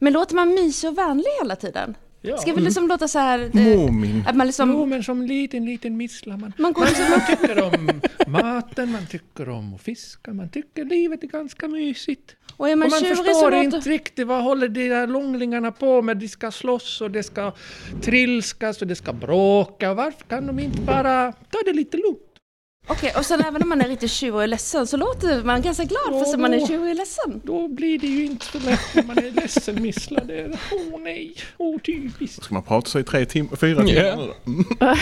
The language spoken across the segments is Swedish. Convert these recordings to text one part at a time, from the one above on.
Men låter man mysig och vänlig hela tiden? Ja. Ska vi liksom låta så här... Måmin. Man liksom... Jo, men som liten missla. Man går tycker om maten, man tycker om att fiska, man tycker livet är ganska mysigt. Och är man förstår inte riktigt vad håller de där långlingarna på med. De ska slåss och det ska trilskas och det ska bråka. Varför kan de inte bara ta det lite lugnt? Okej, och sen även om man är riktigt tjurig och är ledsen så låter man ganska glad fast man är tjurig och ledsen. Då blir det ju inte så lätt när man är ledsen, missla. Nej, typiskt. Ska man prata sig 4 timmar nu då?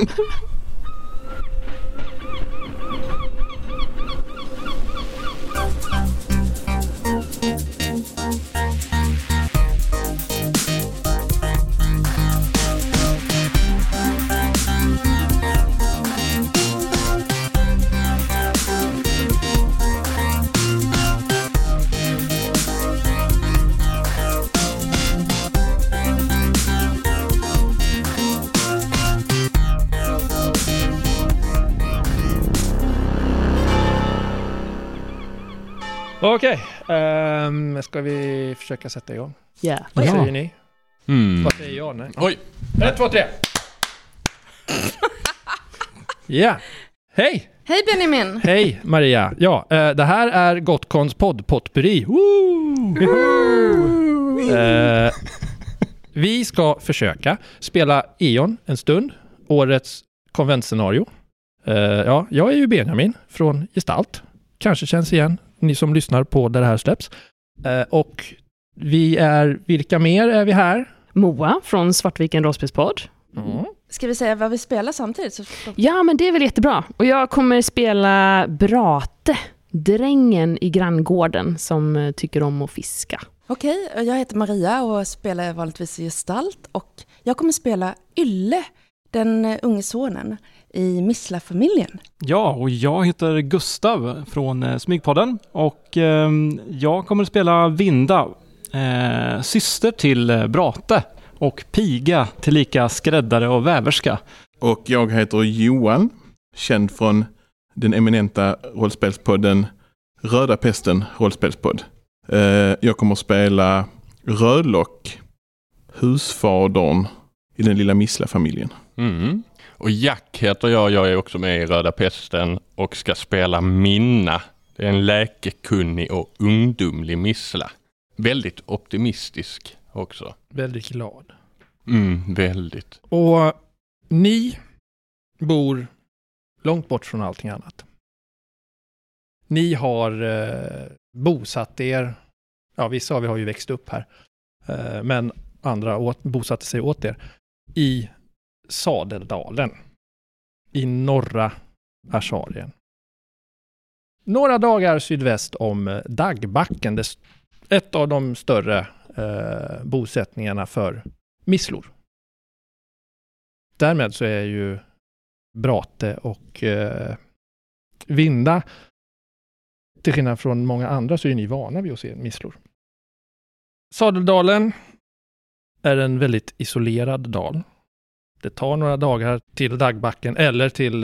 Okej, ska vi försöka sätta igång? Ja. Vad säger ni? Vad säger jag? Nej. Oj. 1, 2, 3. Ja. Hej! Hej Benjamin! Hej Maria. Ja, det här är Gottkons podd Potpurri. Vi ska försöka spela Eon en stund. Årets konventscenario. Ja, jag är ju Benjamin från Gestalt. Kanske känns igen ni som lyssnar på där det här släpps. Och vilka mer är vi här? Moa från Svartviken rollspelspodd. Ska vi säga vad vi spelar samtidigt? Ja, men det är väl jättebra. Och jag kommer spela Brate, drängen i granngården som tycker om att fiska. Okej, jag heter Maria och spelar vanligtvis i Gestalt. Och jag kommer spela Ylle, den unge sonen i Missla-familjen. Ja, och jag heter Gustav från Smygpodden och jag kommer att spela Vinda, syster till Brate och piga till lika skräddare och väverska. Och jag heter Johan, känd från den eminenta rollspelspodden Röda Pesten rollspelspodd. Jag kommer att spela Rödlock, husfadern i den lilla Missla-familjen. Och Jack heter jag är också med i Röda Pesten och ska spela Minna. Det är en läkekunnig och ungdomlig missla. Väldigt optimistisk också. Väldigt glad. Väldigt. Och ni bor långt bort från allting annat. Ni har bosatt er, ja vissa av er har ju växt upp här, men andra bosatte sig åt er i Sadeldalen i norra Ascharien. Några dagar sydväst om Daggbacken, ett av de större bosättningarna för misslor. Därmed så är ju Brate och Vinda, till skillnad från många andra, så är ni vana vid att se misslor. Sadeldalen är en väldigt isolerad dal. Det tar några dagar till Daggbacken eller till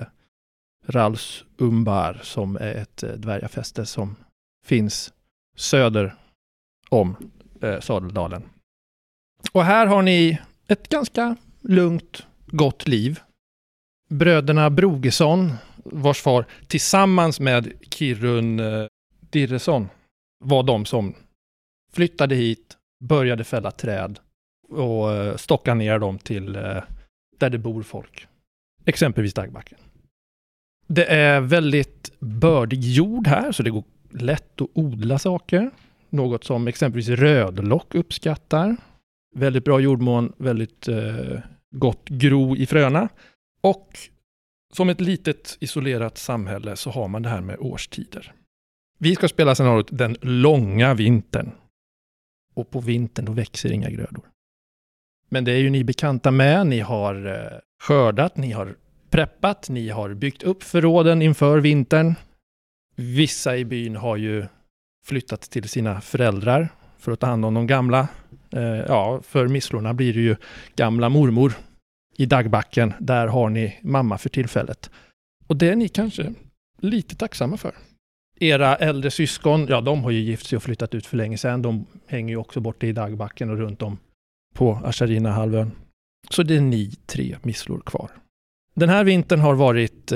Rals Umbar som är ett dvärgafäste som finns söder om Sadeldalen. Och här har ni ett ganska lugnt, gott liv. Bröderna Brogesson, vars far tillsammans med Kirun Dirresson var de som flyttade hit, började fälla träd och stocka ner dem till där det bor folk. Exempelvis Daggbacken. Det är väldigt bördig jord här så det går lätt att odla saker. Något som exempelvis Rödlock uppskattar. Väldigt bra jordmån, väldigt gott gro i fröna. Och som ett litet isolerat samhälle så har man det här med årstider. Vi ska spela scenariot den långa vintern. Och på vintern då växer inga grödor. Men det är ju ni bekanta med. Ni har skördat, ni har preppat, ni har byggt upp förråden inför vintern. Vissa i byn har ju flyttat till sina föräldrar för att ta hand om de gamla. För misslorna blir det ju gamla mormor i Daggbacken. Där har ni mamma för tillfället. Och det är ni kanske lite tacksamma för. Era äldre syskon, ja, de har ju gift sig och flyttat ut för länge sedan. De hänger ju också borta i Dagbacken och runt om på Asharina-halvön. Så det är ni 3 misslor kvar. Den här vintern har varit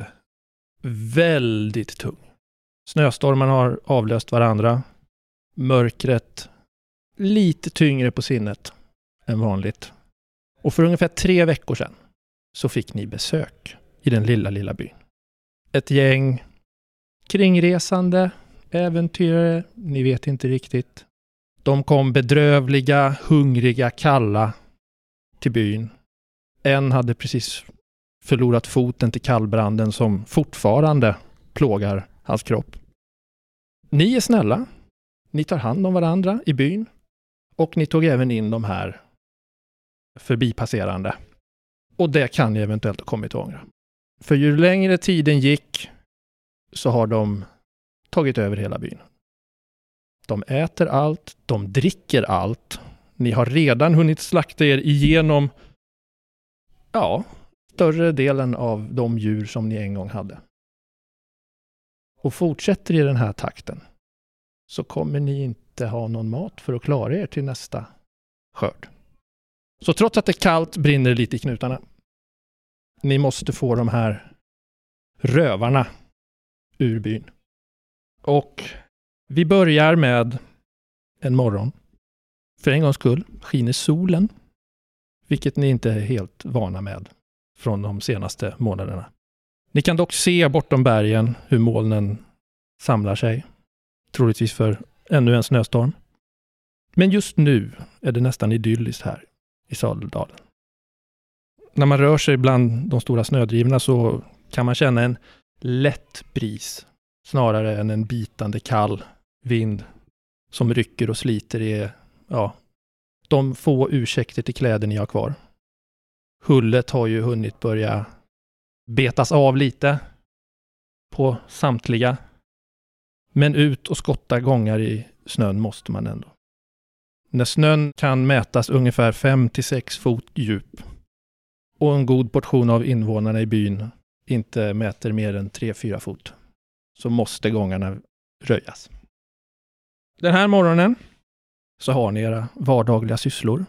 väldigt tung. Snöstormarna har avlöst varandra. Mörkret lite tyngre på sinnet än vanligt. Och för ungefär 3 veckor sedan så fick ni besök i den lilla byn. Ett gäng kringresande äventyrare, ni vet inte riktigt. De kom bedrövliga, hungriga, kalla till byn. En hade precis förlorat foten till kallbranden som fortfarande plågar hans kropp. Ni är snälla. Ni tar hand om varandra i byn. Och ni tog även in de här förbipasserande. Och det kan ni eventuellt ha kommit att ångra. För ju längre tiden gick så har de tagit över hela byn. De äter allt, de dricker allt. Ni har redan hunnit slakta er igenom större delen av de djur som ni en gång hade. Och fortsätter i den här takten så kommer ni inte ha någon mat för att klara er till nästa skörd. Så trots att det är kallt brinner det lite i knutarna. Ni måste få de här rövarna ur byn. Och vi börjar med en morgon. För en gångs skull skiner solen, vilket ni inte är helt vana med från de senaste månaderna. Ni kan dock se bortom bergen hur molnen samlar sig, troligtvis för ännu en snöstorm. Men just nu är det nästan idylliskt här i Sadeldalen. När man rör sig bland de stora snödrivorna så kan man känna en lätt bris snarare än en bitande kall vind som rycker och sliter i de få ursäkter till kläder ni har kvar. Hullet har ju hunnit börja betas av lite på samtliga. Men ut och skotta gångar i snön måste man ändå. När snön kan mätas ungefär 5-6 fot djup och en god portion av invånarna i byn inte mäter mer än 3-4 fot så måste gångarna röjas. Den här morgonen så har ni era vardagliga sysslor.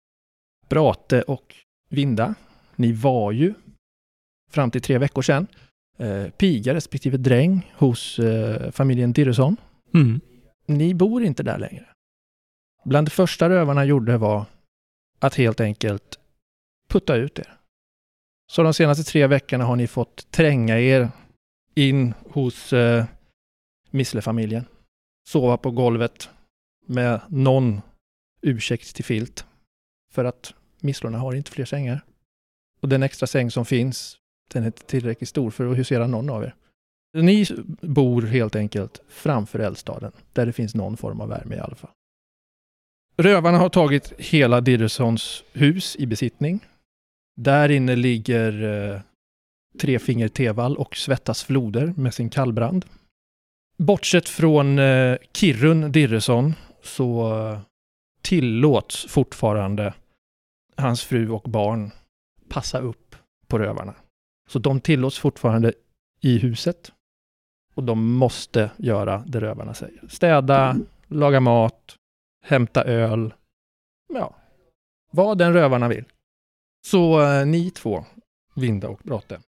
Brate och Vinda. Ni var ju fram till 3 veckor sedan piga respektive dräng hos familjen Dirresson. Mm. Ni bor inte där längre. Bland det första rövarna gjorde var att helt enkelt putta ut er. Så de senaste 3 veckorna har ni fått tränga er in hos Missle-familjen. Sova på golvet med någon ursäkt till filt. För att misslorna har inte fler sängar. Och den extra säng som finns, den är inte tillräckligt stor för att husera någon av er. Ni bor helt enkelt framför eldstaden, där det finns någon form av värme i alla fall. Rövarna har tagit hela Dirressons hus i besittning. Där inne ligger Trefinger Tevall och Svettas floder med sin kallbrand. Bortsett från Kirrun Dirresson så tillåts fortfarande hans fru och barn passa upp på rövarna. Så de tillåts fortfarande i huset. Och de måste göra det rövarna säger. Städa, laga mat, hämta öl. Ja, vad den rövarna vill. Så ni 2, Vinda och Brate,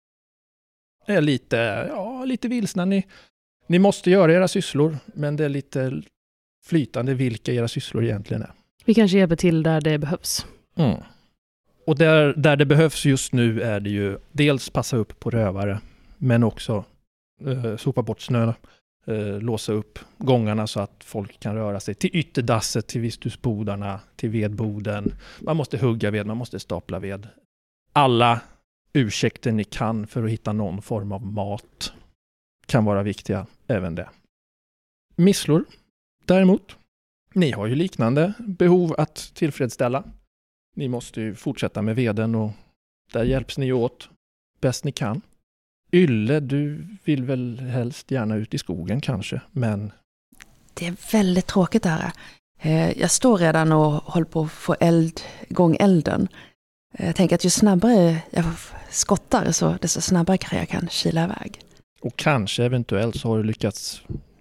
är lite vilsna. Ni måste göra era sysslor, men det är lite flytande vilka era sysslor egentligen är. Vi kanske hjälper till där det behövs. Mm. Och där det behövs just nu är det ju dels passa upp på rövare, men också sopa bort snö, låsa upp gångarna så att folk kan röra sig till ytterdasset, till visthusbodarna, till vedboden. Man måste hugga ved, man måste stapla ved. Alla ursäkter ni kan för att hitta någon form av mat kan vara viktiga, även det. Misslor, däremot, ni har ju liknande behov att tillfredsställa. Ni måste ju fortsätta med veden och där hjälps ni åt bäst ni kan. Ylle, du vill väl helst gärna ut i skogen kanske, men... Det är väldigt tråkigt det här. Jag står redan och håller på att få igång elden. Jag tänker att ju snabbare jag skottar så desto snabbare kan jag kila iväg. Och kanske eventuellt så har du lyckats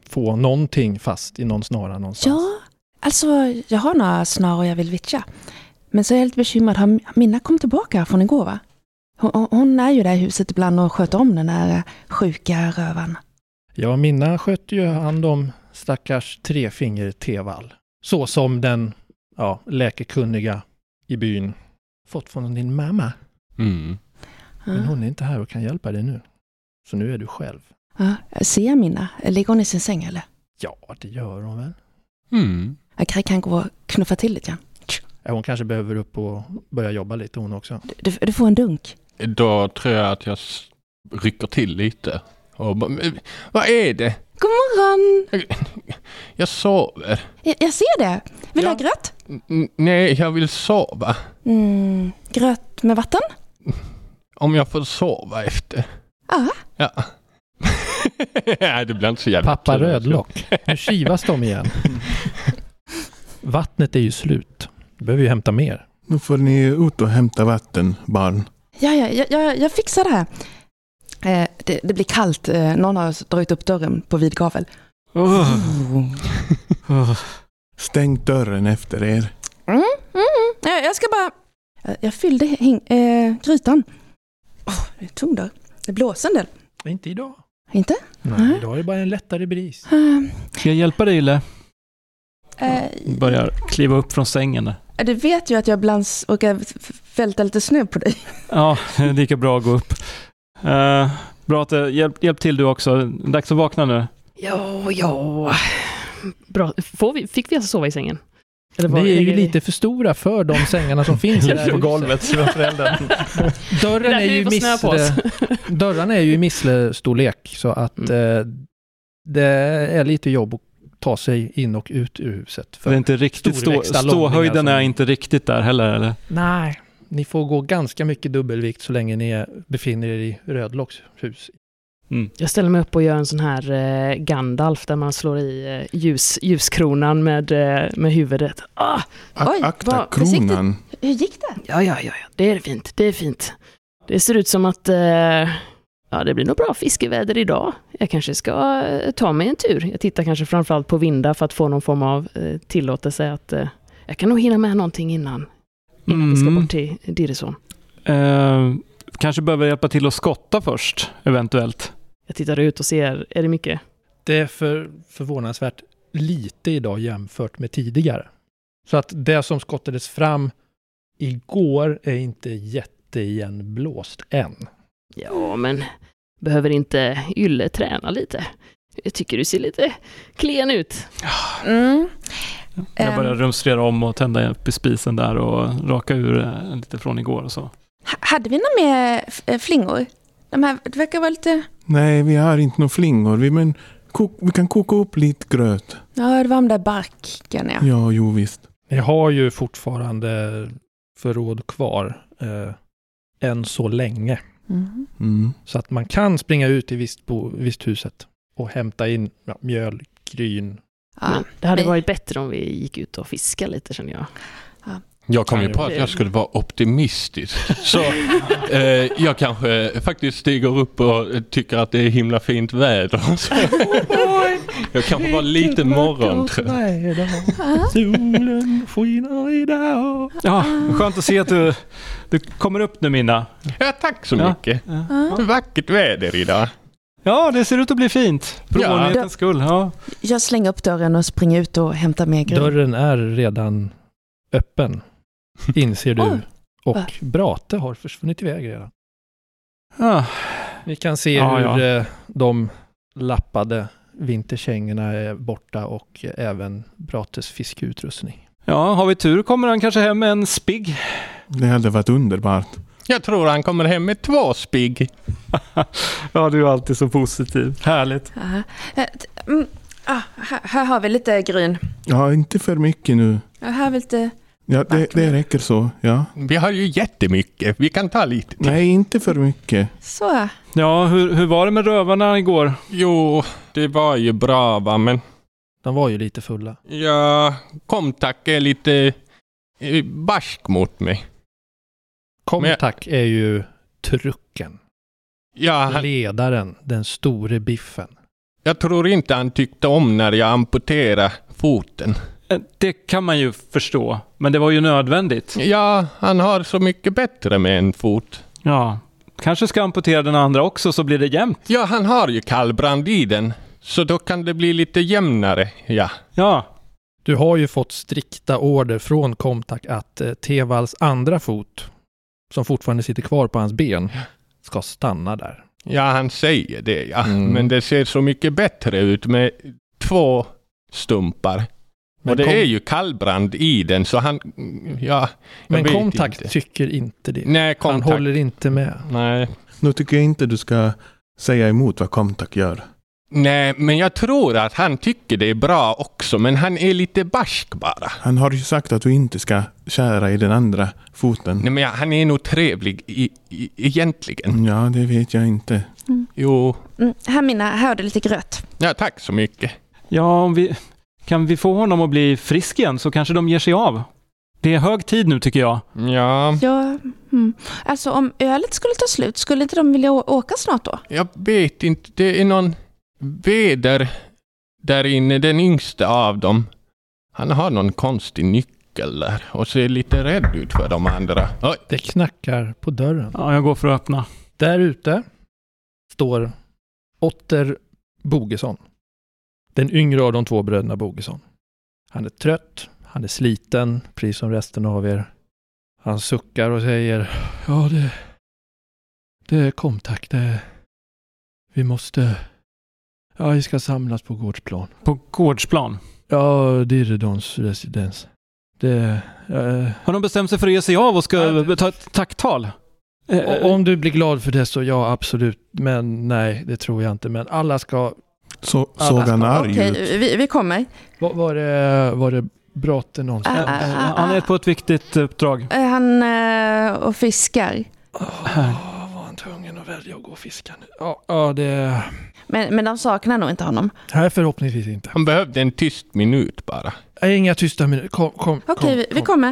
få någonting fast i någon snara någonstans. Ja, alltså jag har några snaror jag vill vitcha. Men så är jag lite bekymrad. Har Minna kommit tillbaka från igår, va? Hon är ju där i huset ibland och sköter om den där sjuka rövan. Ja, Minna sköter ju hand om stackars trefinger Tevall. Så som den läkekunniga i byn fått från din mamma. Mm. Men hon är inte här och kan hjälpa dig nu. Så nu är du själv. Ja, ser jag Minna? Ligger hon i sin säng eller? Ja, det gör hon väl. Mm. Jag kan gå och knuffa till lite grann. Ja, hon kanske behöver upp och börja jobba lite hon också. Du får en dunk. Då tror jag att jag rycker till lite. Och vad är det? God morgon! Jag sover. Jag ser det. Vill du ha gröt? Nej, jag vill sova. Gröt med vatten? Om jag får sova efter. Ja. Nej, det blir inte så jävla Pappa Rödlock. Nu kivas de igen. Vattnet är ju slut. Du behöver ju hämta mer. Nu får ni ut och hämta vatten, barn. Ja, jag fixar det här. Det blir kallt. Någon har dragit upp dörren på vid gavel. Stäng dörren efter er. Jag ska bara... Jag fyllde grytan. Det är tung dörr. Det blåser en del. Inte idag. Inte? Nej, idag är det bara en lättare bris. Ska jag hjälpa dig, Ille? Börjar kliva upp från sängen där. Du vet ju att jag ibland råkar välta lite snö på dig. Ja, det är lika bra att gå upp. Bra att hjälp till du också. Dags att vakna nu. Ja. Bra. Fick vi alltså sova i sängen? Eller vi är ju lite för stora för de sängarna som finns där på golvet. Dörren är ju i misslestorlek så att det är lite jobb att ta sig in och ut ur huset. För det är inte riktigt ståhöjden är inte riktigt där heller, eller? Nej, ni får gå ganska mycket dubbelvikt så länge ni befinner er i Rödlocks hus. Jag ställer mig upp och gör en sån här Gandalf där man slår i ljuskronan med huvudet. Akta kronan. Hur gick det? Ja. Det är fint. Det ser ut som att det blir nog bra fiskeväder idag. Jag kanske ska ta mig en tur. Jag tittar kanske framförallt på Vinda för att få någon form av tillåtelse att jag kan nog hinna med någonting innan vi ska bort till Dirison. Kanske behöver hjälpa till att skotta först, eventuellt. Jag tittar ut och ser, är det mycket? Det är förvånansvärt lite idag jämfört med tidigare. Så att det som skottades fram igår är inte jätteigenblåst än. Ja, men behöver inte Ylle träna lite? Jag tycker du ser lite klen ut. Jag börjar rumstrera om och tända upp i spisen där och raka ur lite från igår och så. Hade vi några mer flingor? De här, det verkar vara lite... Nej, vi har inte några flingor. Vi kan koka upp lite gröt. Ja, det var de där barken, ja. Ja, jo visst. Ni har ju fortfarande förråd kvar än så länge. Så att man kan springa ut i visst huset och hämta in mjöl, gryn. Ja, det hade varit bättre om vi gick ut och fiskade lite, känner jag. Jag kom ju på att jag skulle vara optimistisk. Så jag kanske faktiskt stiger upp och tycker att det är himla fint väder. Jag kanske var lite morgontrött. Solen skiner idag. Ja, skönt att se att du kommer upp nu, Minna. Ja, tack så mycket. Vackert väder idag. Ja, det ser ut att bli fint. För ovanlighetens skull. Ja. Jag slänger upp dörren och springer ut och hämtar mer grön. Dörren är redan öppen, inser du. Och Brate har försvunnit iväg redan. Ni kan se hur de lappade vinterkängorna är borta och även Brates fiskeutrustning. Ja, har vi tur kommer han kanske hem med en spigg. Det hade varit underbart. Jag tror han kommer hem med 2 spigg. Ja, du är alltid så positiv. Härligt. Här har vi lite gryn. Ja, inte för mycket nu. Här har vi lite... Ja, det räcker så, ja. Vi har ju jättemycket. Vi kan ta lite till. Nej, inte för mycket. Så. Ja, hur var det med rövarna igår? Jo, det var ju bra, va, men... De var ju lite fulla. Ja, Komtak är lite barsk mot mig. Komtak är ju trucken. Ja, Ledaren, den store biffen. Jag tror inte han tyckte om när jag amputerade foten. Det kan man ju förstå, men det var ju nödvändigt. Ja, han har så mycket bättre med en fot. Ja, kanske ska amputera den andra också så blir det jämnt. Ja, han har ju kallbrand i den. Så då kan det bli lite jämnare, ja. Ja. Du har ju fått strikta order från Komtak att Tevalls andra fot, som fortfarande sitter kvar på hans ben, ska stanna där. Ja, han säger det, ja. Men det ser så mycket bättre ut med 2 stumpar. Men och det är ju kallbrand i den, så han... Ja, men Komtak tycker inte det. Nej, Komtak. Han håller inte med. Nej. Nu tycker jag inte du ska säga emot vad Komtak gör. Nej, men jag tror att han tycker det är bra också, men han är lite barsk bara. Han har ju sagt att du inte ska kära i den andra foten. Nej, men han är nog trevlig egentligen. Ja, det vet jag inte. Jo. Här Minna, här är det lite gröt. Ja, tack så mycket. Ja, kan vi få honom att bli frisk igen så kanske de ger sig av. Det är hög tid nu tycker jag. Ja. Alltså om ölet skulle ta slut, skulle inte de vilja åka snart då? Jag vet inte, det är någon väder där inne, den yngsta av dem. Han har någon konstig nyckel där och ser lite rädd ut för de andra. Oj. Det knackar på dörren. Ja, jag går för att öppna. Där ute står Otter Bogesson. Den yngre av de 2 bröderna Bogesson. Han är trött, han är sliten, precis som resten av er. Han suckar och säger: ja, det är Komtak. Vi måste... Ja, vi ska samlas på gårdsplan. På gårdsplan? Ja, Diridons residens. Har de bestämt sig för att ge sig av och ska ta ett tacktal? Om du blir glad för det så ja, absolut. Men nej, det tror jag inte. Men alla ska... Såg han arg ut? Okej, vi kommer. Var det Bratte någonsin? Han är på ett viktigt uppdrag. Han och fiskar. Var han tvungen att välja att gå och fiska nu? Ja, det... Men de saknar nog inte honom. Nej, förhoppningsvis inte. Han behövde en tyst minut bara. Inga tysta minuter. Kom. Okej, vi kommer.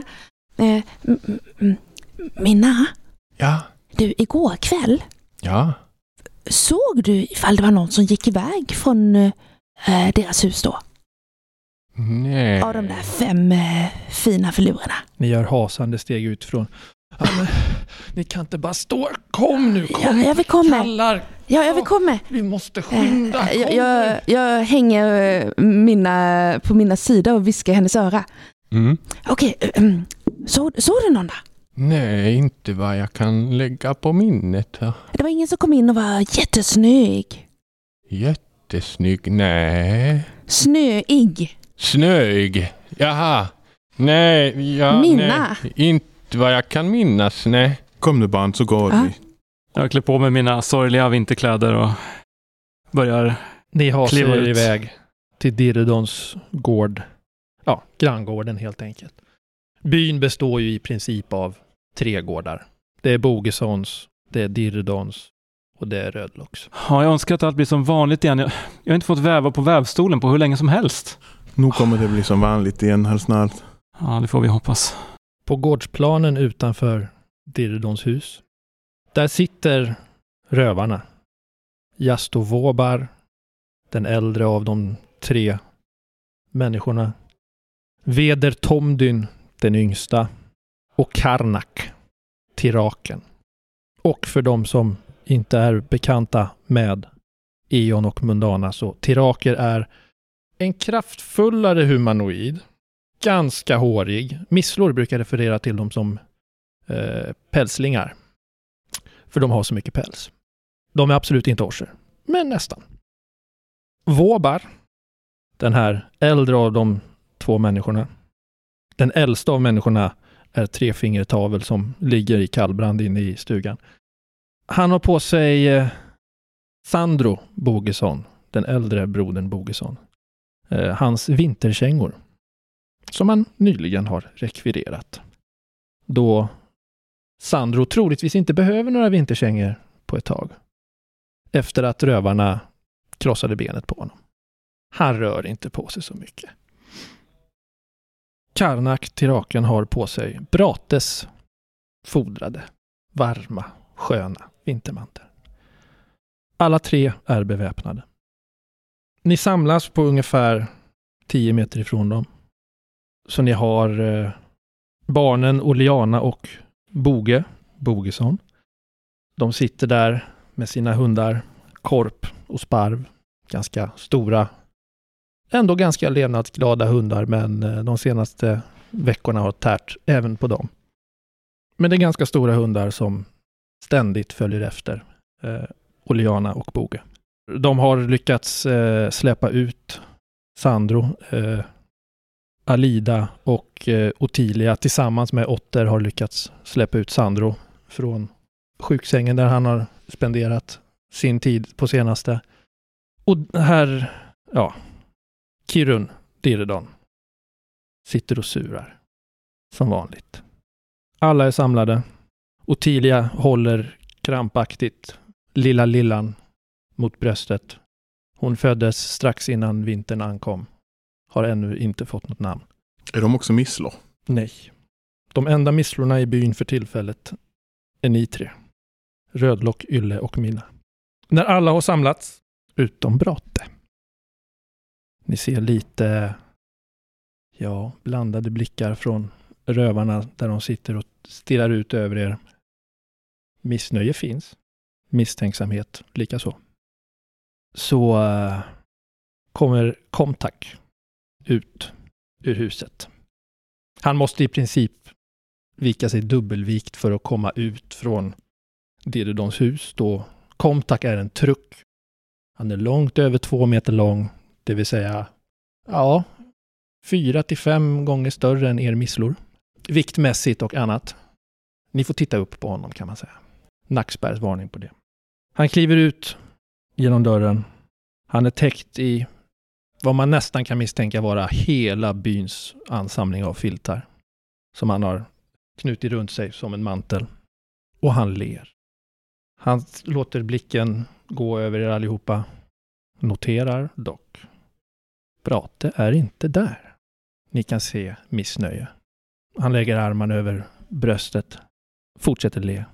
Minna? Ja. Du, igår kväll Ja. såg du ifall det var någon som gick iväg från deras hus då? Nej. Av de där 5 fina förlurarna. Ni gör hasande steg utifrån. Ja, men, ni kan inte bara stå. Kom nu, kom. Ja, vi kommer. Kallar. Ja, vi kommer. Vi måste skynda. Jag hänger på mina sida och viskar hennes öra. Okej, såg du någon där? Nej, inte vad jag kan lägga på minnet. Ja. Det var ingen som kom in och var jättesnygg. Jättesnygg, nej. Snöig. Snöig, jaha. Nej, Minna. Nej, inte vad jag kan minnas, nej. Kom nu barn, så går vi. Jag klär på mig mina sorgliga vinterkläder och börjar Ni har kliva sig ut. iväg till Diridons gård. Ja, granngården helt enkelt. Byn består ju i princip av 3 gårdar. Det är Bogessons, det är Diridons och det är Rödlocks. Ja, jag önskar att allt blir som vanligt igen. Jag har inte fått väva på vävstolen på hur länge som helst. Nu kommer det bli som vanligt igen här snart. Ja, det får vi hoppas. På gårdsplanen utanför Diridons hus, där sitter rövarna. Jastovobar, den äldre av de 3 människorna. Veder Tomdyn, den yngsta. Och Karnak, Tiraken. Och för de som inte är bekanta med Eon och Mundana, så Tiraker är en kraftfullare humanoid. Ganska hårig. Misslor brukar referera till dem som pälslingar. För de har så mycket päls. De är absolut inte orser, men nästan. Våbar, den här äldre av de 2 människorna. Den äldsta av människorna är Trefingertavel som ligger i kallbrand inne i stugan. Han har på sig Sandro Bogesson, den äldre brodern Bogesson. Hans vinterkängor som han nyligen har rekvirerat. Då Sandro troligtvis inte behöver några vinterkängor på ett tag. Efter att rövarna krossade benet på honom. Han rör inte på sig så mycket. Karnak, Tiraken, har på sig Brates fodrade, varma, sköna vintermantel. Alla 3 är beväpnade. Ni samlas på ungefär 10 meter ifrån dem. Så ni har barnen Oliana och Bogesson. De sitter där med sina hundar Korp och Sparv. Ganska stora, ändå ganska levnadsglada hundar, men de senaste veckorna har tärt även på dem. Men det är ganska stora hundar som ständigt följer efter Oliana och Boge. De har lyckats släppa ut Sandro, Alida och Ottilia tillsammans med Otter har lyckats släppa ut Sandro från sjuksängen där han har spenderat sin tid på senaste. Och här, Kirun Diridon sitter och surar som vanligt. Alla är samlade. Ottilia håller krampaktigt lilla Lillan mot bröstet. Hon föddes strax innan vintern ankom. Har ännu inte fått något namn. Är de också misslor? Nej. De enda misslorna i byn för tillfället är ni 3. Rödlock, Ylle och Mina. När alla har samlats, utom Bratte. Ni ser lite blandade blickar från rövarna där de sitter och stirrar ut över er. Missnöje finns. Misstänksamhet likaså. Så kommer Komtak ut ur huset. Han måste i princip vika sig dubbelvikt för att komma ut från Diridons hus. Då Komtak är en truck. Han är långt över 2 meter lång. Det vill säga 4 till 5 gånger större än er misslor. Viktmässigt och annat. Ni får titta upp på honom kan man säga. Nacksbergs varning på det. Han kliver ut genom dörren. Han är täckt i vad man nästan kan misstänka vara hela byns ansamling av filtar. Som han har knutit runt sig som en mantel. Och han ler. Han låter blicken gå över er allihopa. Noterar dock. Bratte är inte där. Ni kan se missnöje. Han lägger armarna över bröstet. Fortsätter le.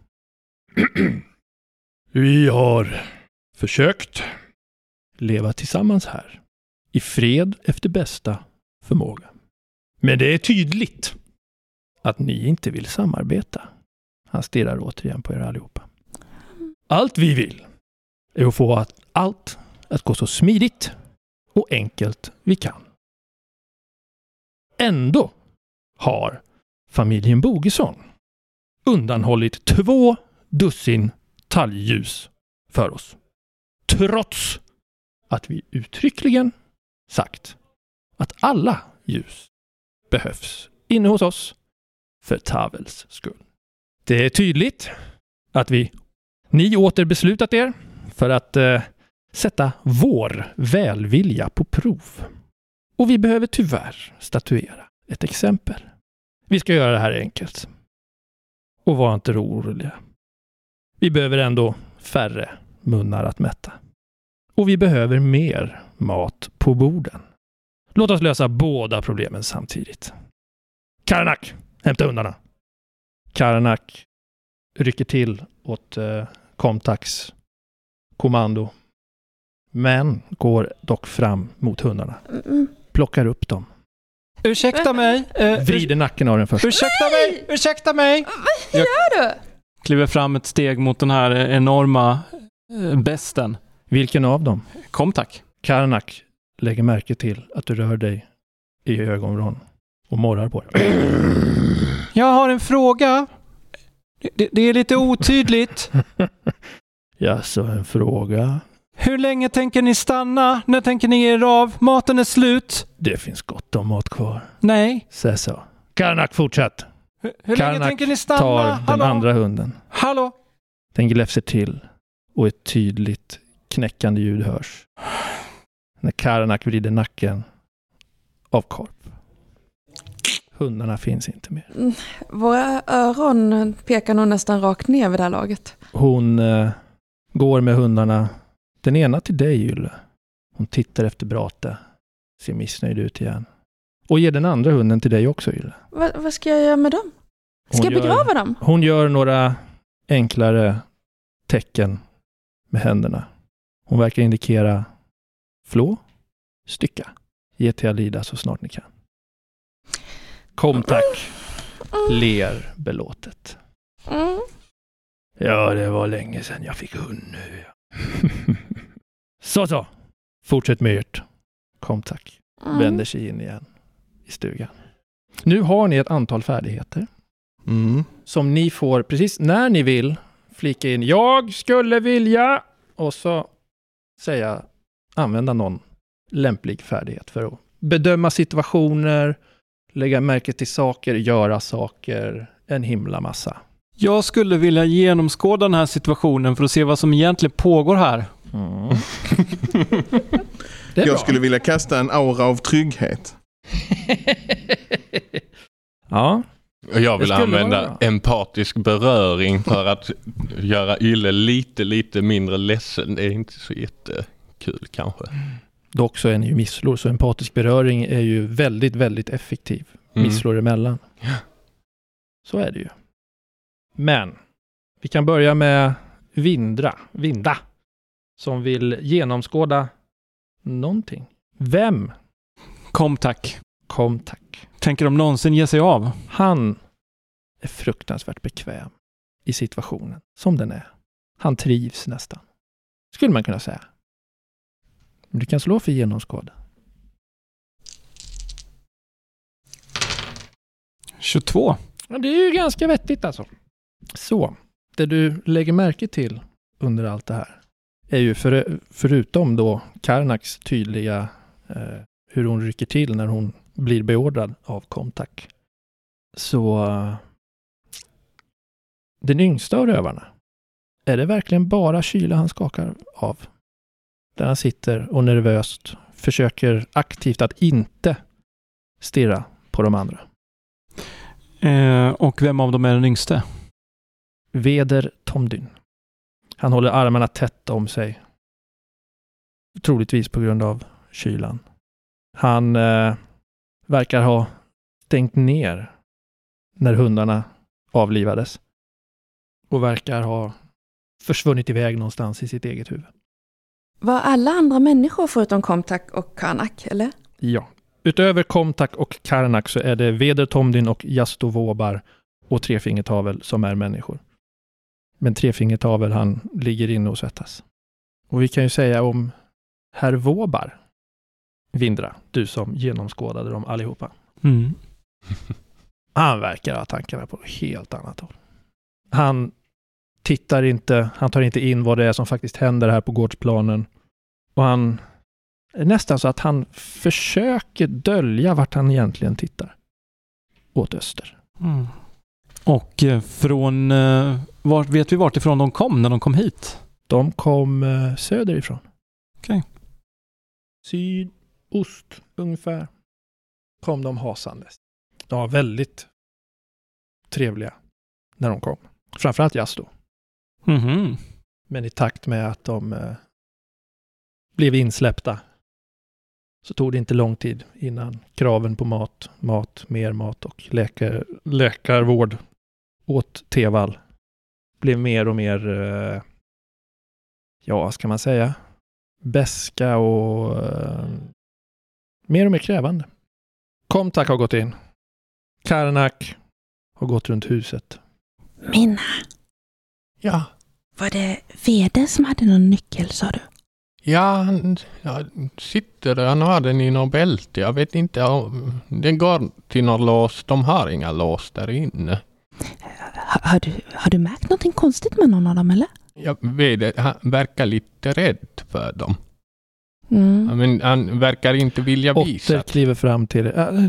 Vi har försökt leva tillsammans här. I fred efter bästa förmåga. Men det är tydligt att ni inte vill samarbeta. Han stirrar återigen på er allihopa. Allt vi vill är att få allt att gå så smidigt och enkelt vi kan. Ändå har familjen Bogesson undanhållit 2 dussin talgljus för oss. Trots att vi uttryckligen sagt att alla ljus behövs inne hos oss för Tavels skull. Det är tydligt att ni åter beslutat er för att sätta vår välvilja på prov. Och vi behöver tyvärr statuera ett exempel. Vi ska göra det här enkelt. Och var inte oroliga. Vi behöver ändå färre munnar att mätta. Och vi behöver mer mat på borden. Låt oss lösa båda problemen samtidigt. Karanak, hämta hundarna. Karanak rycker till åt Komtaks kommando. Men går dock fram mot hundarna. Plockar upp dem. Ursäkta mig. Vrider nacken av den första. Ursäkta mig. Vad gör du? Kliver fram ett steg mot den här enorma besten. Vilken av dem? Komtak. Karanak lägger märke till att du rör dig i ögonvrån och morrar på dig. Jag har en fråga. Det är lite otydligt. Ja, så en fråga. Hur länge tänker ni stanna? När tänker ni ge er av? Maten är slut. Det finns gott om mat kvar. Nej. Säg så. Karanak, fortsätt. Hur länge tänker ni stanna? Tar den andra hunden. Hallå? Den gläfser till och ett tydligt knäckande ljud hörs. När Karanak vrider nacken av Korp. Hundarna finns inte mer. Våra öron pekar nog nästan rakt ner vid det här laget. Hon går med hundarna. Den ena till dig, Ylle. Hon tittar efter Bratte. Ser missnöjd ut igen. Och ger den andra hunden till dig också, Ylle. Vad ska jag göra med dem? Ska jag begrava dem? Hon gör några enklare tecken med händerna. Hon verkar indikera Flå stycka. Ge till Alida så snart ni kan. Komtak ler belåtet. Ja, det var länge sedan jag fick hund nu. Så. Fortsätt med ert. Komtak vänder sig in igen i stugan. Nu har ni ett antal färdigheter. Som ni får precis när ni vill flika in. Jag skulle vilja. Och så använda någon lämplig färdighet för att bedöma situationer, lägga märke till saker, göra saker, en himla massa. Jag skulle vilja genomskåda den här situationen för att se vad som egentligen pågår här. Jag skulle vilja kasta en aura av trygghet. Ja. Jag vill använda empatisk beröring för att göra Yle lite mindre ledsen. Det är inte så jättekul kanske. Dock så är ni ju misslor, så empatisk beröring är ju väldigt, väldigt effektiv. Misslor emellan. Ja. Så är det ju. Men vi kan börja med Vinda, som vill genomskåda någonting. Vem? Komtak. Tänker de någonsin ge sig av? Han är fruktansvärt bekväm i situationen som den är. Han trivs nästan. Skulle man kunna säga. Men du kan slå för genomskåda. 22. Ja, det är ju ganska vettigt alltså. Så, det du lägger märke till under allt det här är ju förutom då Karnaks tydliga hur hon rycker till när hon blir beordrad av Komtak. Så den yngsta av rövarna, är det verkligen bara kyla han skakar av? Där han sitter och nervöst försöker aktivt att inte stirra på de andra. Och vem av dem är den yngste? Veder Tomdyn. Han håller armarna tätt om sig. Troligtvis på grund av kylan. Han verkar ha stängt ner när hundarna avlivades. Och verkar ha försvunnit iväg någonstans i sitt eget huvud. Var alla andra människor förutom Komtak och Karnak, eller? Ja. Utöver Komtak och Karnak så är det Veder Tomdyn och Jastovobar och Trefingertavel som är människor. Men Trefingertavel, han ligger inne och svettas. Och vi kan ju säga om herr Våbar, Vindra, du som genomskådade dem allihopa. Han verkar ha tankarna på helt annat håll. Han tar inte in vad det är som faktiskt händer här på gårdsplanen. Och han är nästan så att han försöker dölja vart han egentligen tittar. Åt öster. Och från vet vi vart ifrån de kom när de kom hit? De kom söderifrån. Okej. Sydost ungefär kom de hasandes. De var väldigt trevliga när de kom. Framförallt Jasto. Men i takt med att de blev insläppta så tog det inte lång tid innan kraven på mer mat och läkarvård åt Teval blev mer och mer, vad ska man säga, beska och mer och mer krävande. Komtak har gått in. Karnak har gått runt huset. Minna. Ja. Var det Veder som hade någon nyckel, sa du? Ja, han sitter där. Han har den i någon bälte. Jag vet inte om den går till någon lås. De har inga lås där inne. Har du märkt någonting konstigt med någon av dem, eller? Jag vet, han verkar lite rädd för dem. Men han verkar inte vilja visa. Otter kliver fram till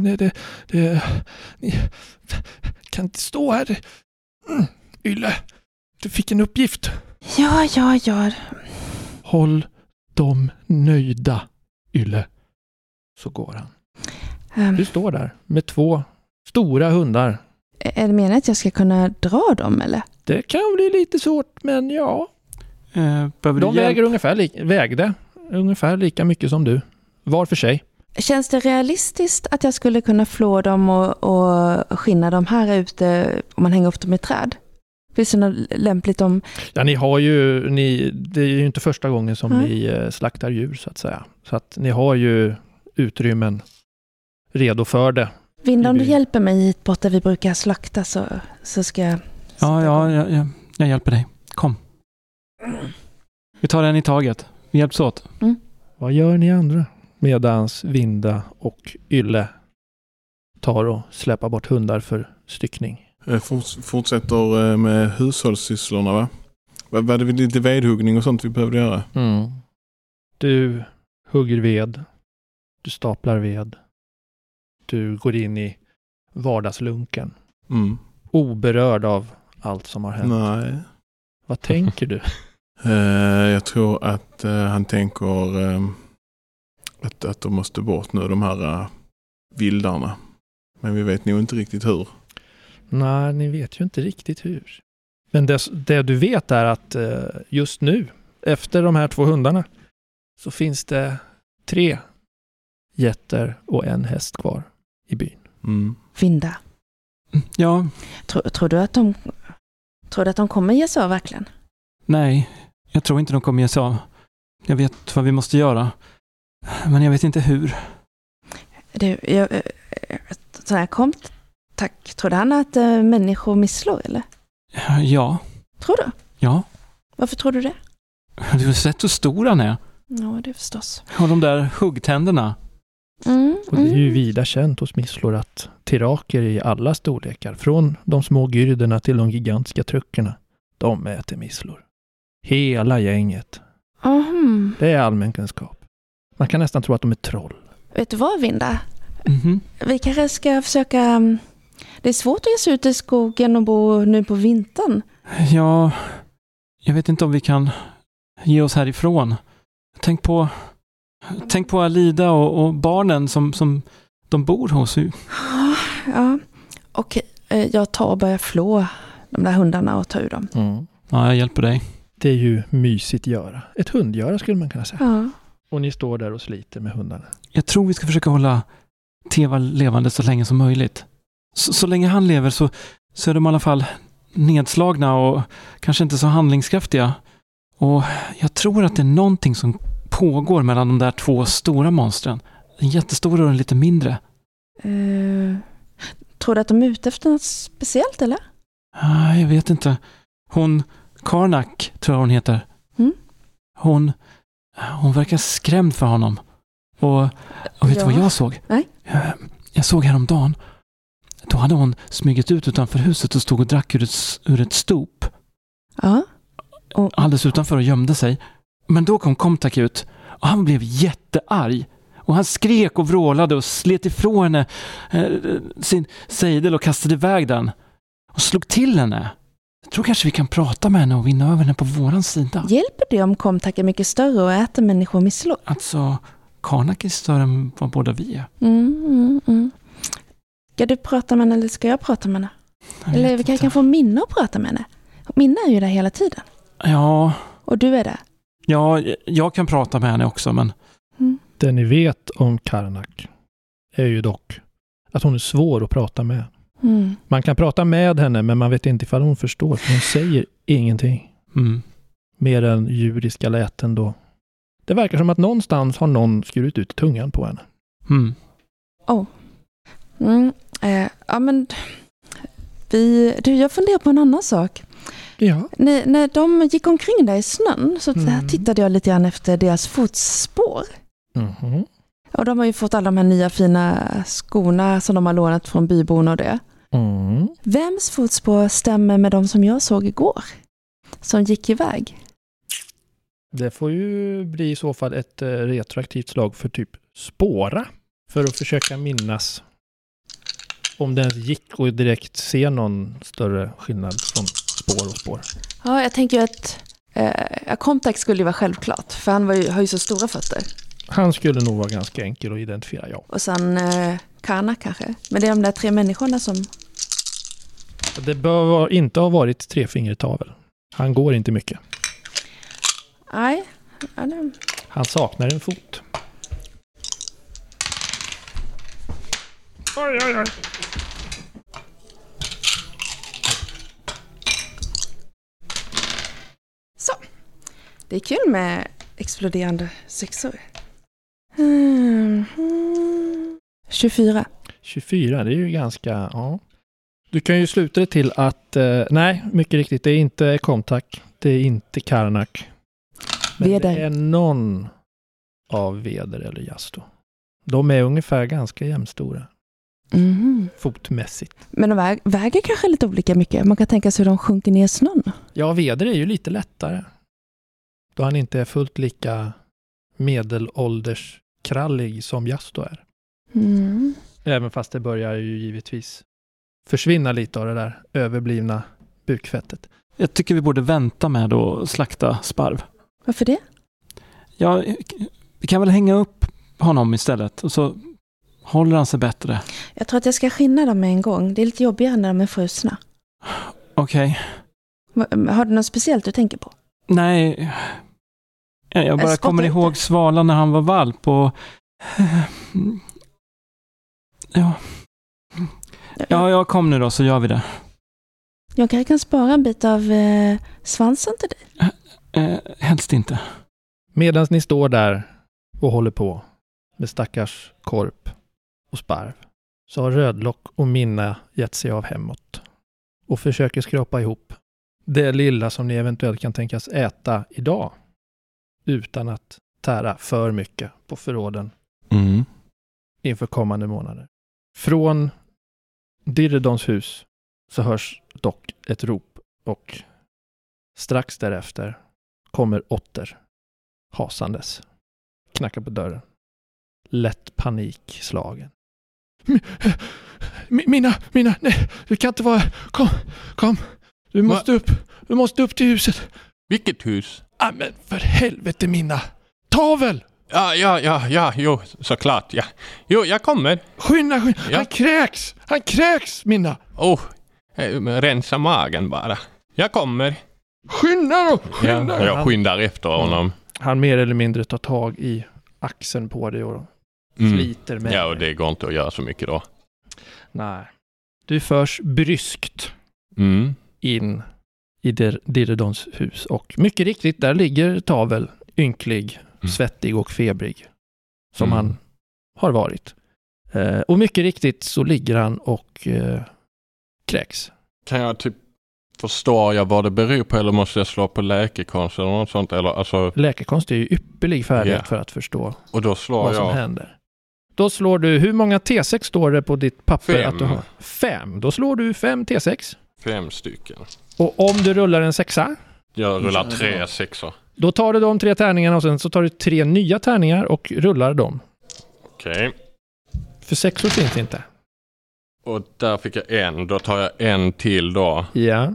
ni kan inte stå här. Yle, du fick en uppgift. Ja. Håll dem nöjda, Yle. Så går han. Du står där med 2 stora hundar. Är det menat att jag ska kunna dra dem, eller? Det kan bli lite svårt, men ja. De vägde ungefär lika mycket som du. Var för sig. Känns det realistiskt att jag skulle kunna flå dem och skinna dem här ute om man hänger upp dem i träd? Finns det något lämpligt om... Ja, det är ju inte första gången som ni slaktar djur, så att säga. Så att ni har ju utrymmen redo för det. Vinda, om du hjälper mig hit bort där vi brukar slakta så ska jag... Jag hjälper dig. Kom. Vi tar en i taget. Vi hjälps åt. Vad gör ni andra? Medans Vinda och Ylle tar och släpar bort hundar för styckning. Fortsätter med hushållssysslorna, va? Var det lite vedhuggning och sånt vi behövde göra? Du hugger ved. Du staplar ved. Du går in i vardagslunken. Oberörd av allt som har hänt. Nej. Vad tänker du? Jag tror att han tänker att de måste bort nu, de här vildarna. Men vi vet nog inte riktigt hur. Nej, ni vet ju inte riktigt hur. Men det du vet är att just nu, efter de här 2 hundarna, så finns det 3 getter och 1 häst kvar i byn. Vinda. Ja. Tror du att de kommer ge sig av verkligen? Nej, jag tror inte de kommer ge sig av. Jag vet vad vi måste göra. Men jag vet inte hur. Så här kom. Tack. Tror du han att människor misslår, eller? Ja. Tror du? Ja. Varför tror du det? Du har sett hur stor han är. Ja, det förstås. Och de där huggtänderna. Och det är ju vida känt hos misslor att tiraker i alla storlekar, från de små gyrderna till de gigantiska truckerna, de äter misslor. Hela gänget. Det är allmän kunskap. Man kan nästan tro att de är troll. Vet du vad, Vinda? Vi kanske ska försöka... Det är svårt att ge sig ut i skogen och bo nu på vintern. Ja, jag vet inte om vi kan ge oss härifrån. Tänk på Alida och barnen som de bor hos. Ja, okej. Jag tar och börjar flå de där hundarna och ta ur dem. Ja, jag hjälper dig. Det är ju mysigt göra. Ett hundgöra skulle man kunna säga. Ja. Och ni står där och sliter med hundarna. Jag tror vi ska försöka hålla Teva levande så länge som möjligt. Så länge han lever så är de i alla fall nedslagna och kanske inte så handlingskraftiga. Och jag tror att det är någonting som pågår mellan de där 2 stora monstren. Den jättestora och den lite mindre. Tror du att de är ute efter något speciellt, eller? Jag vet inte. Hon, Karnak tror jag hon heter. Hon verkar skrämd för honom. Och vet du vad jag såg? Nej. Jag såg häromdagen. Då hade hon smugit ut utanför huset och stod och drack ur ett stop. Ja. Alldeles utanför och gömde sig. Men då kom Komtak ut och han blev jättearg. Och han skrek och vrålade och slet ifrån henne sin sejdel och kastade iväg den. Och slog till henne. Jag tror kanske vi kan prata med henne och vinna över henne på våran sida. Hjälper det om Komtak är mycket större och äter människor misslår? Alltså, Karnak är större än vad båda vi är. Ska du prata med henne eller ska jag prata med henne? Eller vi kan få Minna att prata med henne. Minna är ju där hela tiden. Ja. Och du är där. Ja, jag kan prata med henne också, men... Det ni vet om Karnak är ju dock att hon är svår att prata med. Man kan prata med henne, men man vet inte ifall hon förstår. För hon säger ingenting. Mer än djuriska läten då. Det verkar som att någonstans har någon skurit ut tungan på henne. Ja, men... jag funderar på en annan sak. Ja. När de gick omkring där i snön så tittade jag lite grann efter deras fotspår. Och de har ju fått alla de här nya fina skorna som de har lånat från byborna och det. Vems fotspår stämmer med de som jag såg igår? Som gick iväg? Det får ju bli i så fall ett retroaktivt slag för typ spåra. För att försöka minnas om det gick och direkt se någon större skillnad från spår och spår. Ja, jag tänker ju att Komtak skulle ju vara självklart. För han har ju så stora fötter. Han skulle nog vara ganska enkel att identifiera, ja. Och sen Karnak kanske. Men det är de där 3 människorna som... Det bör inte ha varit 3-fingertavel. Han går inte mycket. Nej. Han saknar en fot. Oj. Så. Det är kul med exploderande sexor. 24. 24, det är ju ganska... Ja. Du kan ju sluta det till att... nej, mycket riktigt. Det är inte Komtak. Det är inte Karnak. Men Veder. det är någon av Veder eller Jasto. De är ungefär ganska jämnstora. Mhm. Fotmässigt. Men de väger kanske lite olika mycket. Man kan tänka sig hur de sjunker ner i snön. Ja, Veder är ju lite lättare. Då han inte är fullt lika medelålderskrallig som Jasto är. Mm. Även fast det börjar ju givetvis försvinna lite av det där överblivna bukfettet. Jag tycker vi borde vänta med att slakta Sparv. Varför det? Ja, vi kan väl hänga upp honom istället och så håller han sig bättre. Jag tror att jag ska skinna dem med en gång. Det är lite jobbigare när de är frusna. Okej. Har du något speciellt du tänker på? Nej, jag bara kommer ihåg Svala när han var valp och... Ja, jag kom nu då så gör vi det. Jag kanske kan spara en bit av svansen till dig. Helst inte. Medan ni står där och håller på med stackars Korp och Sparv så har Rödlock och Minna gett sig av hemåt och försöker skrapa ihop det lilla som ni eventuellt kan tänkas äta idag utan att tära för mycket på förråden inför kommande månader. Från Diridons hus så hörs dock ett rop och strax därefter kommer Otter hasandes. Knackar på dörren. Lätt panikslagen. Mina, nej, du kan inte vara... Kom. Du måste upp till huset. Vilket hus? Ja, men för helvete Minna. Tavel! Ja, jo, såklart, ja. Jo, jag kommer. Skynda. Ja. Han kräks, Minna. Rensa magen bara. Jag kommer. Skynda då! Ja, jag skyndar efter honom. Han mer eller mindre tar tag i axeln på dig och sliter med. Ja, och det går inte att göra så mycket då. Nej. Du förs bryskt in i Diridons hus. Och mycket riktigt, där ligger Tavel ynklig, svettig och febrig. Som han har varit. Och mycket riktigt så ligger han och kräks. Kan jag förstår jag vad det beror på eller måste jag slå på läkekonst eller något sånt? Eller, alltså... Läkekonst är ju ypperlig färdighet för att förstå och då slår vad som händer. Då slår du, hur många T6 står det på ditt papper? 5. Att du har? 5. Då slår du 5 T6. 5 stycken. Och om du rullar en 6:a? Jag rullar 3 6:or. Då tar du de 3 tärningarna och sen så tar du 3 nya tärningar och rullar dem. Okej. För 6 finns det inte. Och där fick jag en. Då tar jag en till då. Ja.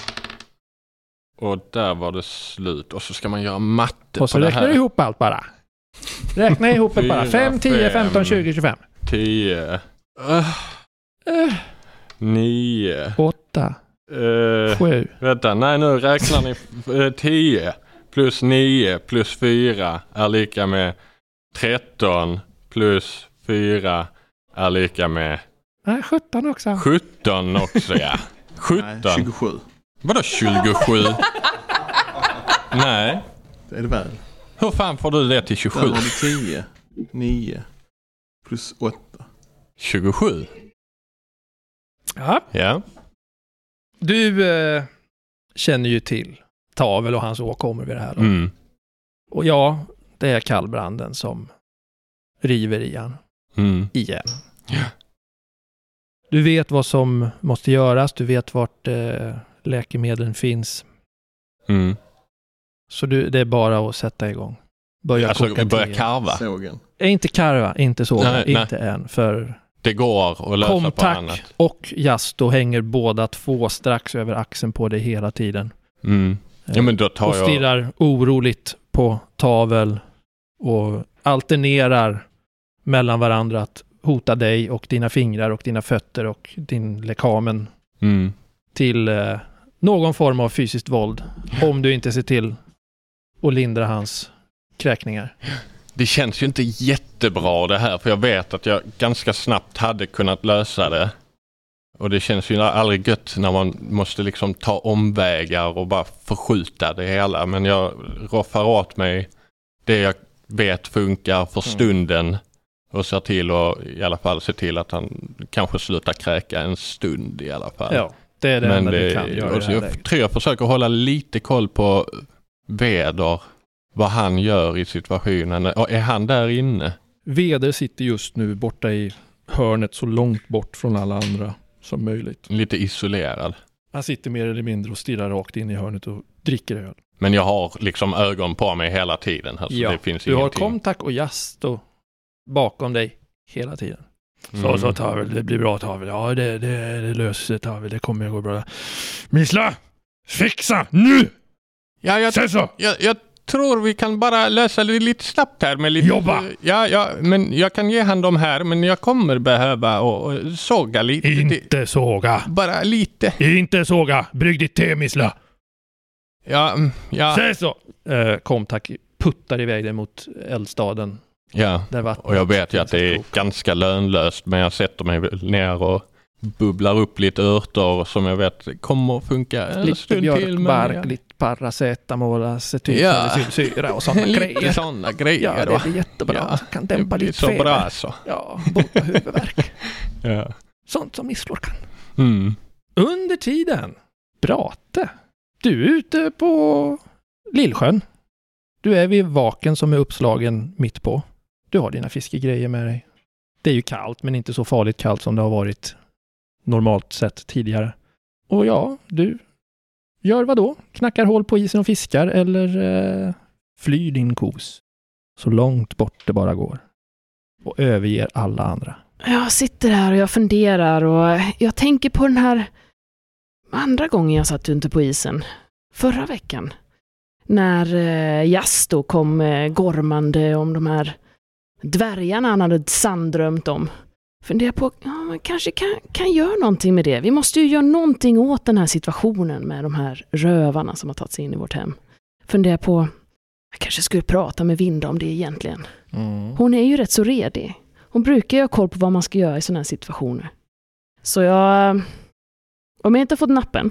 Och där var det slut. Och så ska man göra matte och så på det här. räknar du ihop allt bara. Räkna ihop det bara. 5, 10, 15, 20, 25. 10. 9. 8. 7. Vänta, nej nu räknar ni 10 plus 9 plus 4 är lika med 13 plus 4 är lika med... Nej, 17 också. 17 också, ja. 17. Nej, 27. Vadå 27? Nej. Det är det väl. Hur fan får du det till 27? Där har du 10. 9. Plus 8. 27? Ja. Du känner ju till Tavel och hans åkommor vid det här. Och ja, det är kallbranden som river i han. Igen. Ja. Du vet vad som måste göras. Du vet vart läkemedlen finns. Så det är bara att sätta igång. Börja karva. Sågen. Inte karva, inte såga. Inte än. För det går att lösa Komtak på annat. och Jasto hänger båda två strax över axeln på dig hela tiden. Ja, men då tar och stirrar oroligt på Tavel och alternerar mellan varandra att hota dig och dina fingrar och dina fötter och din lekamen till någon form av fysiskt våld om du inte ser till att lindra hans kräkningar. Det känns ju inte jättebra det här, för jag vet att jag ganska snabbt hade kunnat lösa det. Och det känns ju aldrig gött när man måste liksom ta omvägar och bara förskjuta det hela. Men jag roffar åt mig det jag vet funkar för stunden Och ser till att i alla fall se till att han kanske slutar kräka en stund i alla fall. Ja, det är det enda du kan göra. Jag tror jag försöker hålla lite koll på Veder, vad han gör i situationen. Och är han där inne? Veder sitter just nu borta i hörnet så långt bort från alla andra som möjligt. Lite isolerad. Han sitter mer eller mindre och stirrar rakt in i hörnet och dricker öl. Men jag har liksom ögon på mig hela tiden. Alltså ja, det finns du ingenting. har Komtak och Jasto bakom dig hela tiden. Så Tavel, det blir bra Tavel. Ja, det löser Tavel, det kommer att gå bra. Missla! Fixa! Nu! Ja, jag tror vi kan bara lösa det lite snabbt här med lite... Jobba! Ja, men jag kan ge han de här, men jag kommer behöva och såga lite. Inte såga! Bara lite. Inte såga! Brygg ditt te, Missla! Ja. Säg så! Komtak puttar iväg dig mot eldstaden. Ja, och jag vet ju att det är ganska lönlöst, men jag sätter mig ner och bubblar upp lite örter som jag vet kommer att funka en lite stund till. Björkbark, lite paracetamol, acetylsalicylsyra och sådana grejer. Lite sådana grejer. Ja, det blir jättebra. Ja, kan dämpa lite så feber. bra så. Ja, bota huvudvärk. Ja. Sånt som misslor kan. Mm. Under tiden, Brate, du är ute på Lillsjön. Du är vid vaken som är uppslagen mitt på. Du har dina fiskegrejer med dig. Det är ju kallt, men inte så farligt kallt som det har varit normalt sett tidigare. Och ja, du gör vad då? Knackar hål på isen och fiskar eller flyr din kos så långt bort det bara går och överger alla andra. Jag sitter här och jag funderar och jag tänker på den här andra gången jag satt ute på isen. Förra veckan. När Jasto kom gormande om de här dvärgarna han hade sanddrömt om. Funderar på, man kanske kan göra någonting med det. Vi måste ju göra någonting åt den här situationen med de här rövarna som har tagit sig in i vårt hem. Funderar på, jag kanske skulle prata med Vinda om det egentligen. Hon är ju rätt så redig. Hon brukar ju ha koll på vad man ska göra i sådana här situationer. Så om jag inte fått nappen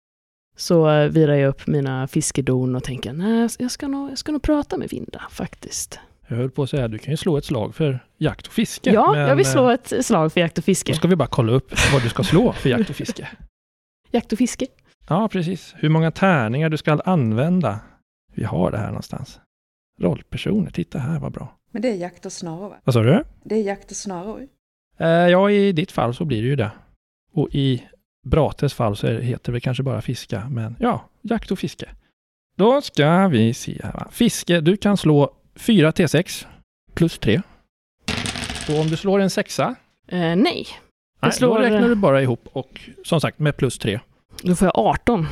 så virar jag upp mina fiskedon och tänker, nej, jag ska nog prata med Vinda faktiskt. Jag höll på att säga, du kan ju slå ett slag för jakt och fiske. Ja, men jag vill slå ett slag för jakt och fiske. Då ska vi bara kolla upp vad du ska slå för jakt och fiske. Jakt och fiske? Ja, precis. Hur många tärningar du ska använda. Vi har det här någonstans. Rollpersoner, titta här, vad bra. Men det är jakt och snaror, va? Vad sa du? Det är jakt och snaror. Ja, i ditt fall så blir det ju det. Och i Brates fall så heter det kanske bara fiska. Men ja, jakt och fiske. Då ska vi se här, va? Fiske, du kan slå 4 T6 plus 3. Och om du slår en 6:a? Nej. Då räknar du bara ihop och som sagt med plus 3. Då får jag 18.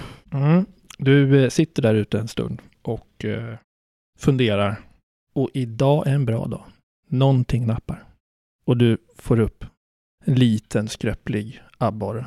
Du sitter där ute en stund och funderar. Och idag är en bra dag. Någonting nappar. Och du får upp en liten skröplig abborre.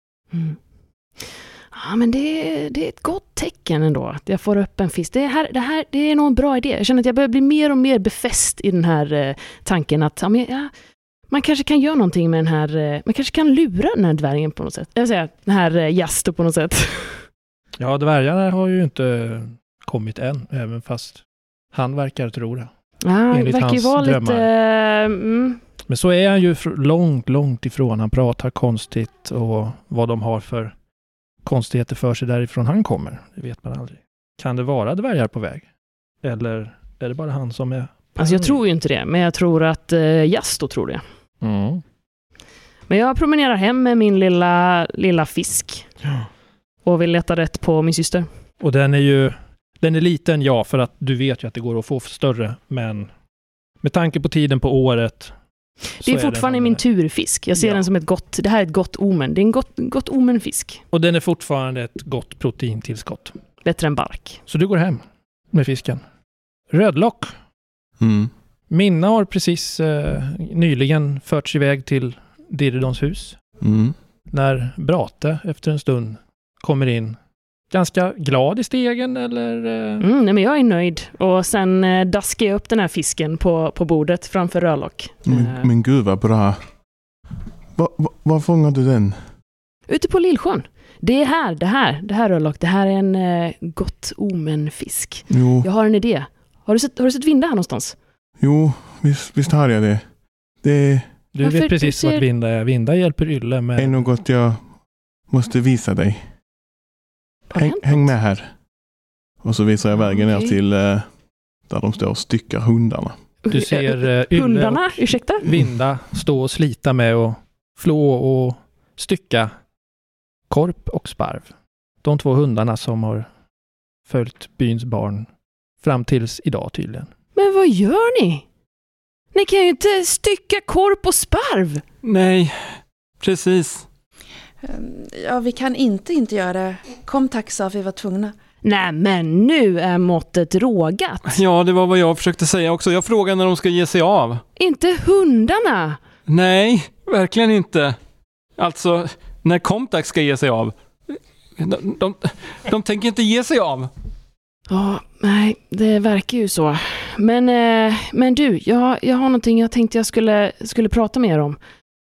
Ja, men det är ett gott tecken ändå att jag får upp en fisk. Det är nog en bra idé. Jag känner att jag börjar bli mer och mer befäst i den här tanken att man kanske kan göra någonting med den här, man kanske kan lura den här dvärgen på något sätt. Jag vill säga, den här Jasto på något sätt. Ja, dvärgarna har ju inte kommit än, även fast han verkar tro det. Ja, det verkar ju vara drömmar. Lite... Men så är han ju långt ifrån. Han pratar konstigt och vad de har för konstigheter för sig därifrån han kommer. Det vet man aldrig. Kan det vara dvärgar på väg? Eller är det bara han som är... Alltså jag tror ju inte det, men jag tror att Jasto tror det. Men jag promenerar hem med min lilla fisk. Ja. Och vill leta rätt på min syster. Och den är liten, ja, för att du vet ju att det går att få större, men med tanke på tiden på året. Det är fortfarande min turfisk. Jag ser den som det här är ett gott omen. Det är en gott omenfisk. Och den är fortfarande ett gott proteintillskott. Bättre än bark. Så du går hem med fisken. Rödlock. Minna har precis nyligen förts iväg till Diridons hus. När Brate efter en stund kommer in. Ganska glad i stegen eller? Nej, men jag är nöjd. Och sen daskar jag upp den här fisken på bordet framför Rödlock. Men gud vad bra. Var fångar du den? Ute på Lillsjön. Det är det här Rödlock. Det här är en gott omenfisk. Jo. Jag har en idé. Har du sett Vinda här någonstans? Jo, visst har jag det. Det Du vet precis vad Vinda är. Vinda hjälper Ylle med... är något jag måste visa dig. Häng med här. Och så visar jag vägen ner till där de står och styckar hundarna. Du ser hundarna, ursäkta? Vinda stå och slita med och flå och stycka Korp och Sparv. De 2 hundarna som har följt byns barn fram tills idag tydligen. Men vad gör ni? Ni kan ju inte stycka Korp och Sparv. Nej, precis. Ja, vi kan inte göra det. Kom tack, sa vi var tvungna. Nej, men nu är måttet rågat. Ja, det var vad jag försökte säga också. Jag frågar när de ska ge sig av. Inte hundarna. Nej, verkligen inte. Alltså, när Comtax ska ge sig av. De tänker inte ge sig av. Ja, nej, det verkar ju så. Men du, jag har någonting jag tänkte jag skulle prata med er om.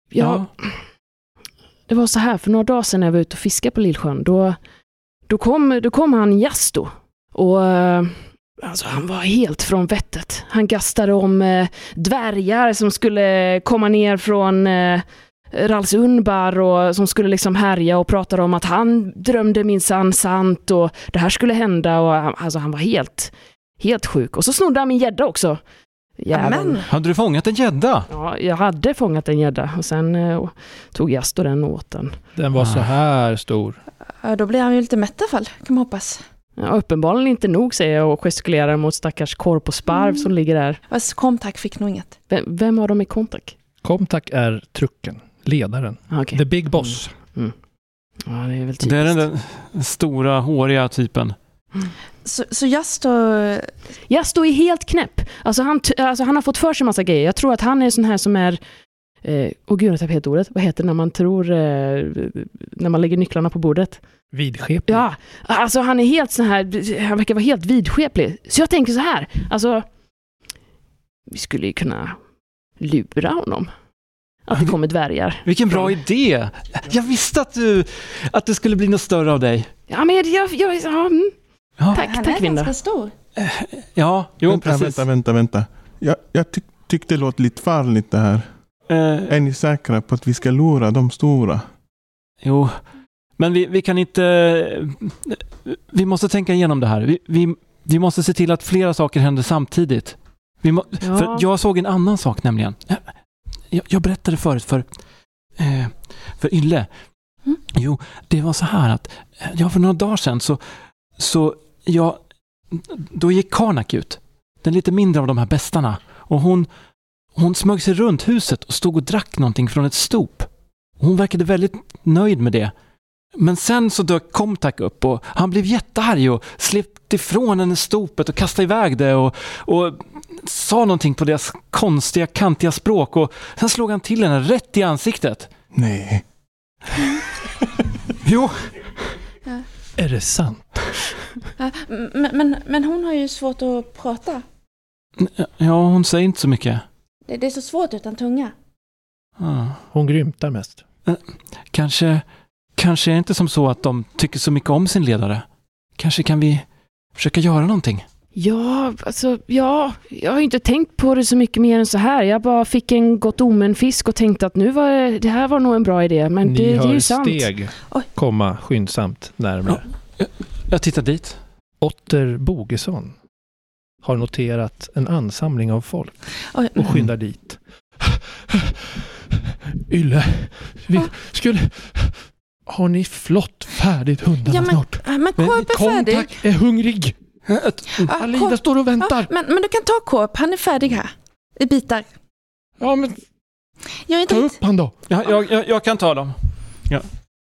Det var så här, för några dagar sedan när jag var ute och fiskade på Lillsjön, då kom han Jasto. Och alltså, han var helt från vettet. Han gastade om dvärgar som skulle komma ner från Rals Undbar och som skulle liksom härja och pratade om att han drömde minsann sant och det här skulle hända och alltså han var helt sjuk. Och så snodde han min gädda också. Amen. Hade du fångat en gädda? Ja, jag hade fångat en gädda och sen tog Jasto den åt den. Den var så här stor. Ja, då blir han ju lite mätt i alla fall, kan man hoppas. Ja, uppenbarligen inte nog, säger jag och gestikulerar mot stackars Korp och Sparv som ligger där. Comtac fick nog inget. Vem har de i Comtac? Comtac är trucken, ledaren. Okay. The big boss. Ja, det är väl typiskt. Det är den stora, håriga typen. Så Jasto är helt knäpp. Alltså han har fått för sig massa grejer. Jag tror att han är sån här som är gud, jag tappade helt ordet. Vad heter det när man tror när man lägger nycklarna på bordet? Vidskeplig. Ja, alltså han är helt så här, han verkar vara helt vidskeplig. Så jag tänker så här, alltså vi skulle ju kunna lura honom. Att det kommer dvärgar. Vilken bra idé! Jag visste att det skulle bli något större av dig. Ja, men Tack, Vinda. Ganska stor. Ja, precis. Vänta. Jag tyckte det låt lite farligt det här. Är ni säkra på att vi ska lura de stora? Jo, men vi kan inte... Vi måste tänka igenom det här. Vi måste se till att flera saker händer samtidigt. För jag såg en annan sak nämligen. Jag berättade förut för Ylle. Jo, det var så här att för några dagar sedan då gick Karnak ut. Den lite mindre av de här bestarna. Och hon smög sig runt huset och stod och drack någonting från ett stop. Hon verkade väldigt nöjd med det. Men sen så dök Comtac upp och han blev jättearg och släppte ifrån henne stopet och kastade iväg det och sa någonting på deras konstiga, kantiga språk och sen slog han till henne rätt i ansiktet. Nej. Jo. Ja. Är det sant? Men hon har ju svårt att prata. Ja, hon säger inte så mycket. Det är så svårt utan tunga. Hon grymtar mest. Kanske är det inte som så att de tycker så mycket om sin ledare. Kanske kan vi försöka göra någonting. Ja, jag har ju inte tänkt på det så mycket mer än så här. Jag bara fick en gott omen fisk och tänkte att det här var nog en bra idé. Men det är ju sant. Ni hör steg komma skyndsamt närmare. Ja, jag tittar dit. Otter Bogesson har noterat en ansamling av folk och skyndar dit. Ylle, har ni flott färdigt hundarna snart? Men Korp är färdig. Comtac är hungrig. Alida står och väntar. Men du kan ta Korp, han är färdig här. I bitar. Ja, men ta upp han då. Jag kan ta dem. Ja.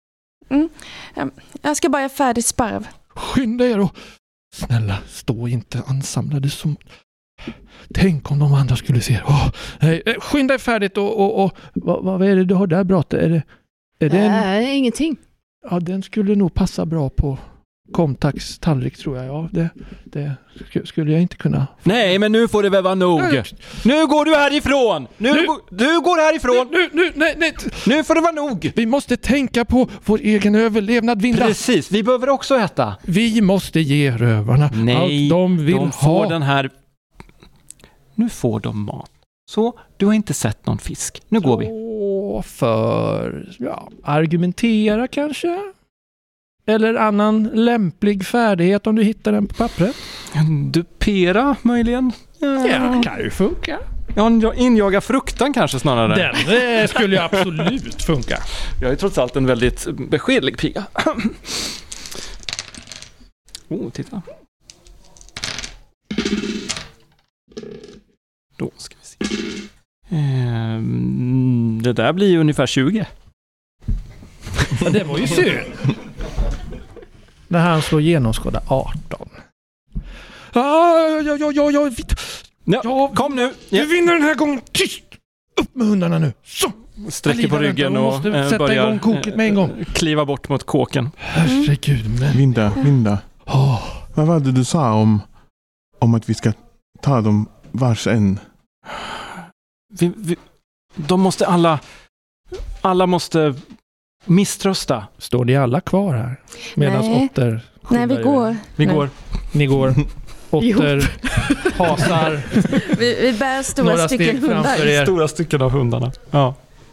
Jag ska bara göra färdig Sparv. Skynda er och snälla, stå inte ansamlade som... Tänk om de andra skulle se. Skynda er färdigt och vad är det du har där, Brate? Är det Nej, ingenting. Ja, den skulle nog passa bra på Comtacs tallrik, tror jag. Ja, det skulle jag inte kunna. Nej, men nu får det väl vara nog. Nu går du härifrån. Du går härifrån. Nej. Nu får det vara nog. Vi måste tänka på vår egen överlevnad, Vinda. Precis, vi behöver också äta. Vi måste ge rövarna allt de vill de får ha. Den här... Nu får de mat. Så, du har inte sett någon fisk. Nu går vi. Argumentera kanske? Eller annan lämplig färdighet om du hittar den på pappret? Dupera möjligen? Ja, kan ju funka. Ja, injaga fruktan kanske snarare. Den skulle ju absolut funka. Jag är trots allt en väldigt beskedlig piga. Titta. Då ska vi se. Det där blir ju ungefär 20. Ja, det var ju synd. När han slår genomskåda 18. Ja, kom nu. Du vinner den här gången. Tyst! Upp med hundarna nu. Så! Sträcker på ryggen och sätta igång koket med en gång. Kliva bort mot kåken. Herregud, men... Vinda. Vad var det du sa om att vi ska ta dem vars en? De måste alla måste misströsta. Står ni alla kvar här? Medan Otter... Nej, vi går. Ni går. Otter hasar. Vi bär stora stycken hundar. Stora stycken av hundarna. Ja.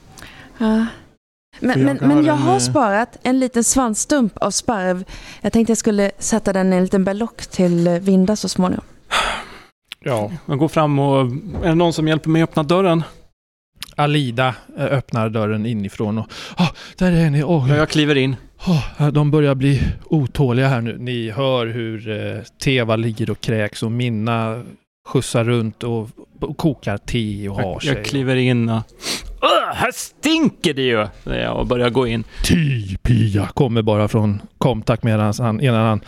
Men jag har sparat en liten svansstump av sparv. Jag tänkte jag skulle sätta den i en liten berlock till Vinda så småningom. Ja. Jag går fram och är det någon som hjälper mig öppna dörren? Alida öppnar dörren inifrån och där är ni. Jag kliver in. De börjar bli otåliga här nu. Ni hör hur Teva ligger och kräks och Minna skjutsar runt och kokar te och har sig. Jag kliver in och... här stinker det ju! Jag börjar gå in. Pia kommer bara från kontakt medan han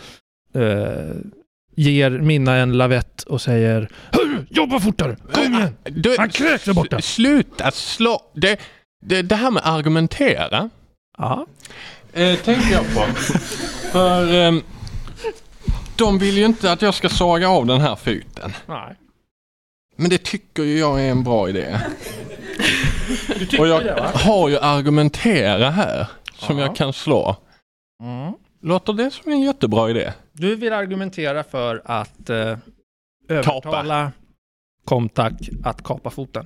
ger Minna en lavett och säger: hörru, jobba fortare! Kom igen! Han kräks där borta! Sluta slå! Det här med argumentera. Ja. Tänker jag på. För de vill ju inte att jag ska saga av den här foten. Nej. Men det tycker ju jag är en bra idé. Och jag har ju argumentera här som jag kan slå. Låter det som en jättebra idé? Du vill argumentera för att övertala kontakt att kapa foten.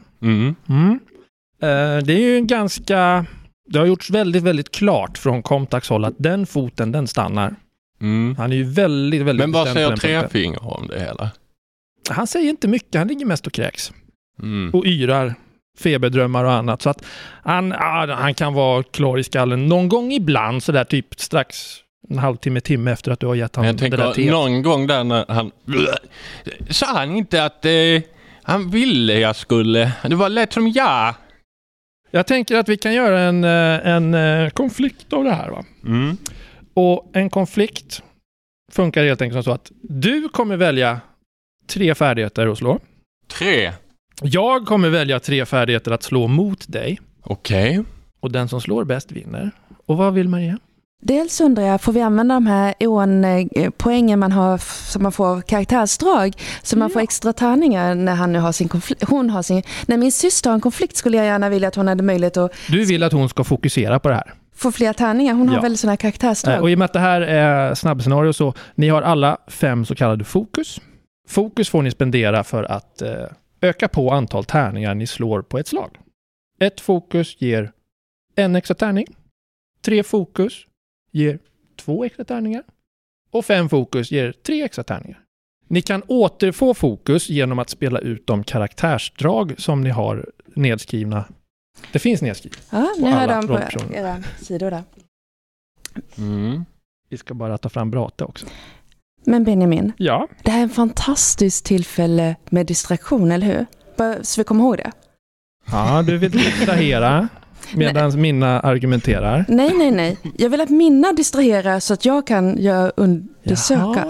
Det är ju en ganska... Det har gjorts väldigt, väldigt klart från Komtax håll att den foten, den stannar. Han är ju väldigt, väldigt... Men vad säger Trefinger om det hela? Han säger inte mycket, han ligger mest och kräks. Och yrar feberdrömmar och annat. Så att han kan vara klar i skallen någon gång ibland, så där typ strax en halvtimme, timme efter att du har gett honom det där teet. Jag tänker någon gång där när han... Sa han inte att han ville jag skulle... Det var lätt som jag... Jag tänker att vi kan göra en konflikt av det här, va? Och en konflikt funkar helt enkelt som så att du kommer välja 3 färdigheter att slå. 3? Jag kommer välja 3 färdigheter att slå mot dig. Okej. Och den som slår bäst vinner. Och vad vill Maria? Dels undrar jag, får vi använda de här poängen man har som man får karaktärsdrag, så man får extra tärningar när han nu har sin konflikt? När min syster har en konflikt skulle jag gärna vilja att hon hade möjlighet att... Du vill att hon ska fokusera på det här? Få fler tärningar, hon har väl sådana här karaktärsdrag. Och i och med att det här är snabbscenario så ni har alla 5 så kallade fokus. Fokus får ni spendera för att öka på antal tärningar ni slår på ett slag. 1 fokus ger 1 extra tärning. 3 fokus ger 2 extra tärningar. Och 5 fokus ger 3 extra tärningar. Ni kan återfå fokus genom att spela ut de karaktärsdrag som ni har nedskrivna. Det finns nedskrivet. Ja, nu har de på era sidor där. Vi ska bara ta fram Brate också. Men Benjamin, ja? Det här är en fantastisk tillfälle med distraktion, eller hur? Så vi kommer ihåg det. Ja, du vill distrahera medan Minna argumenterar. Nej. Jag vill att Minna distraherar så att jag kan undersöka.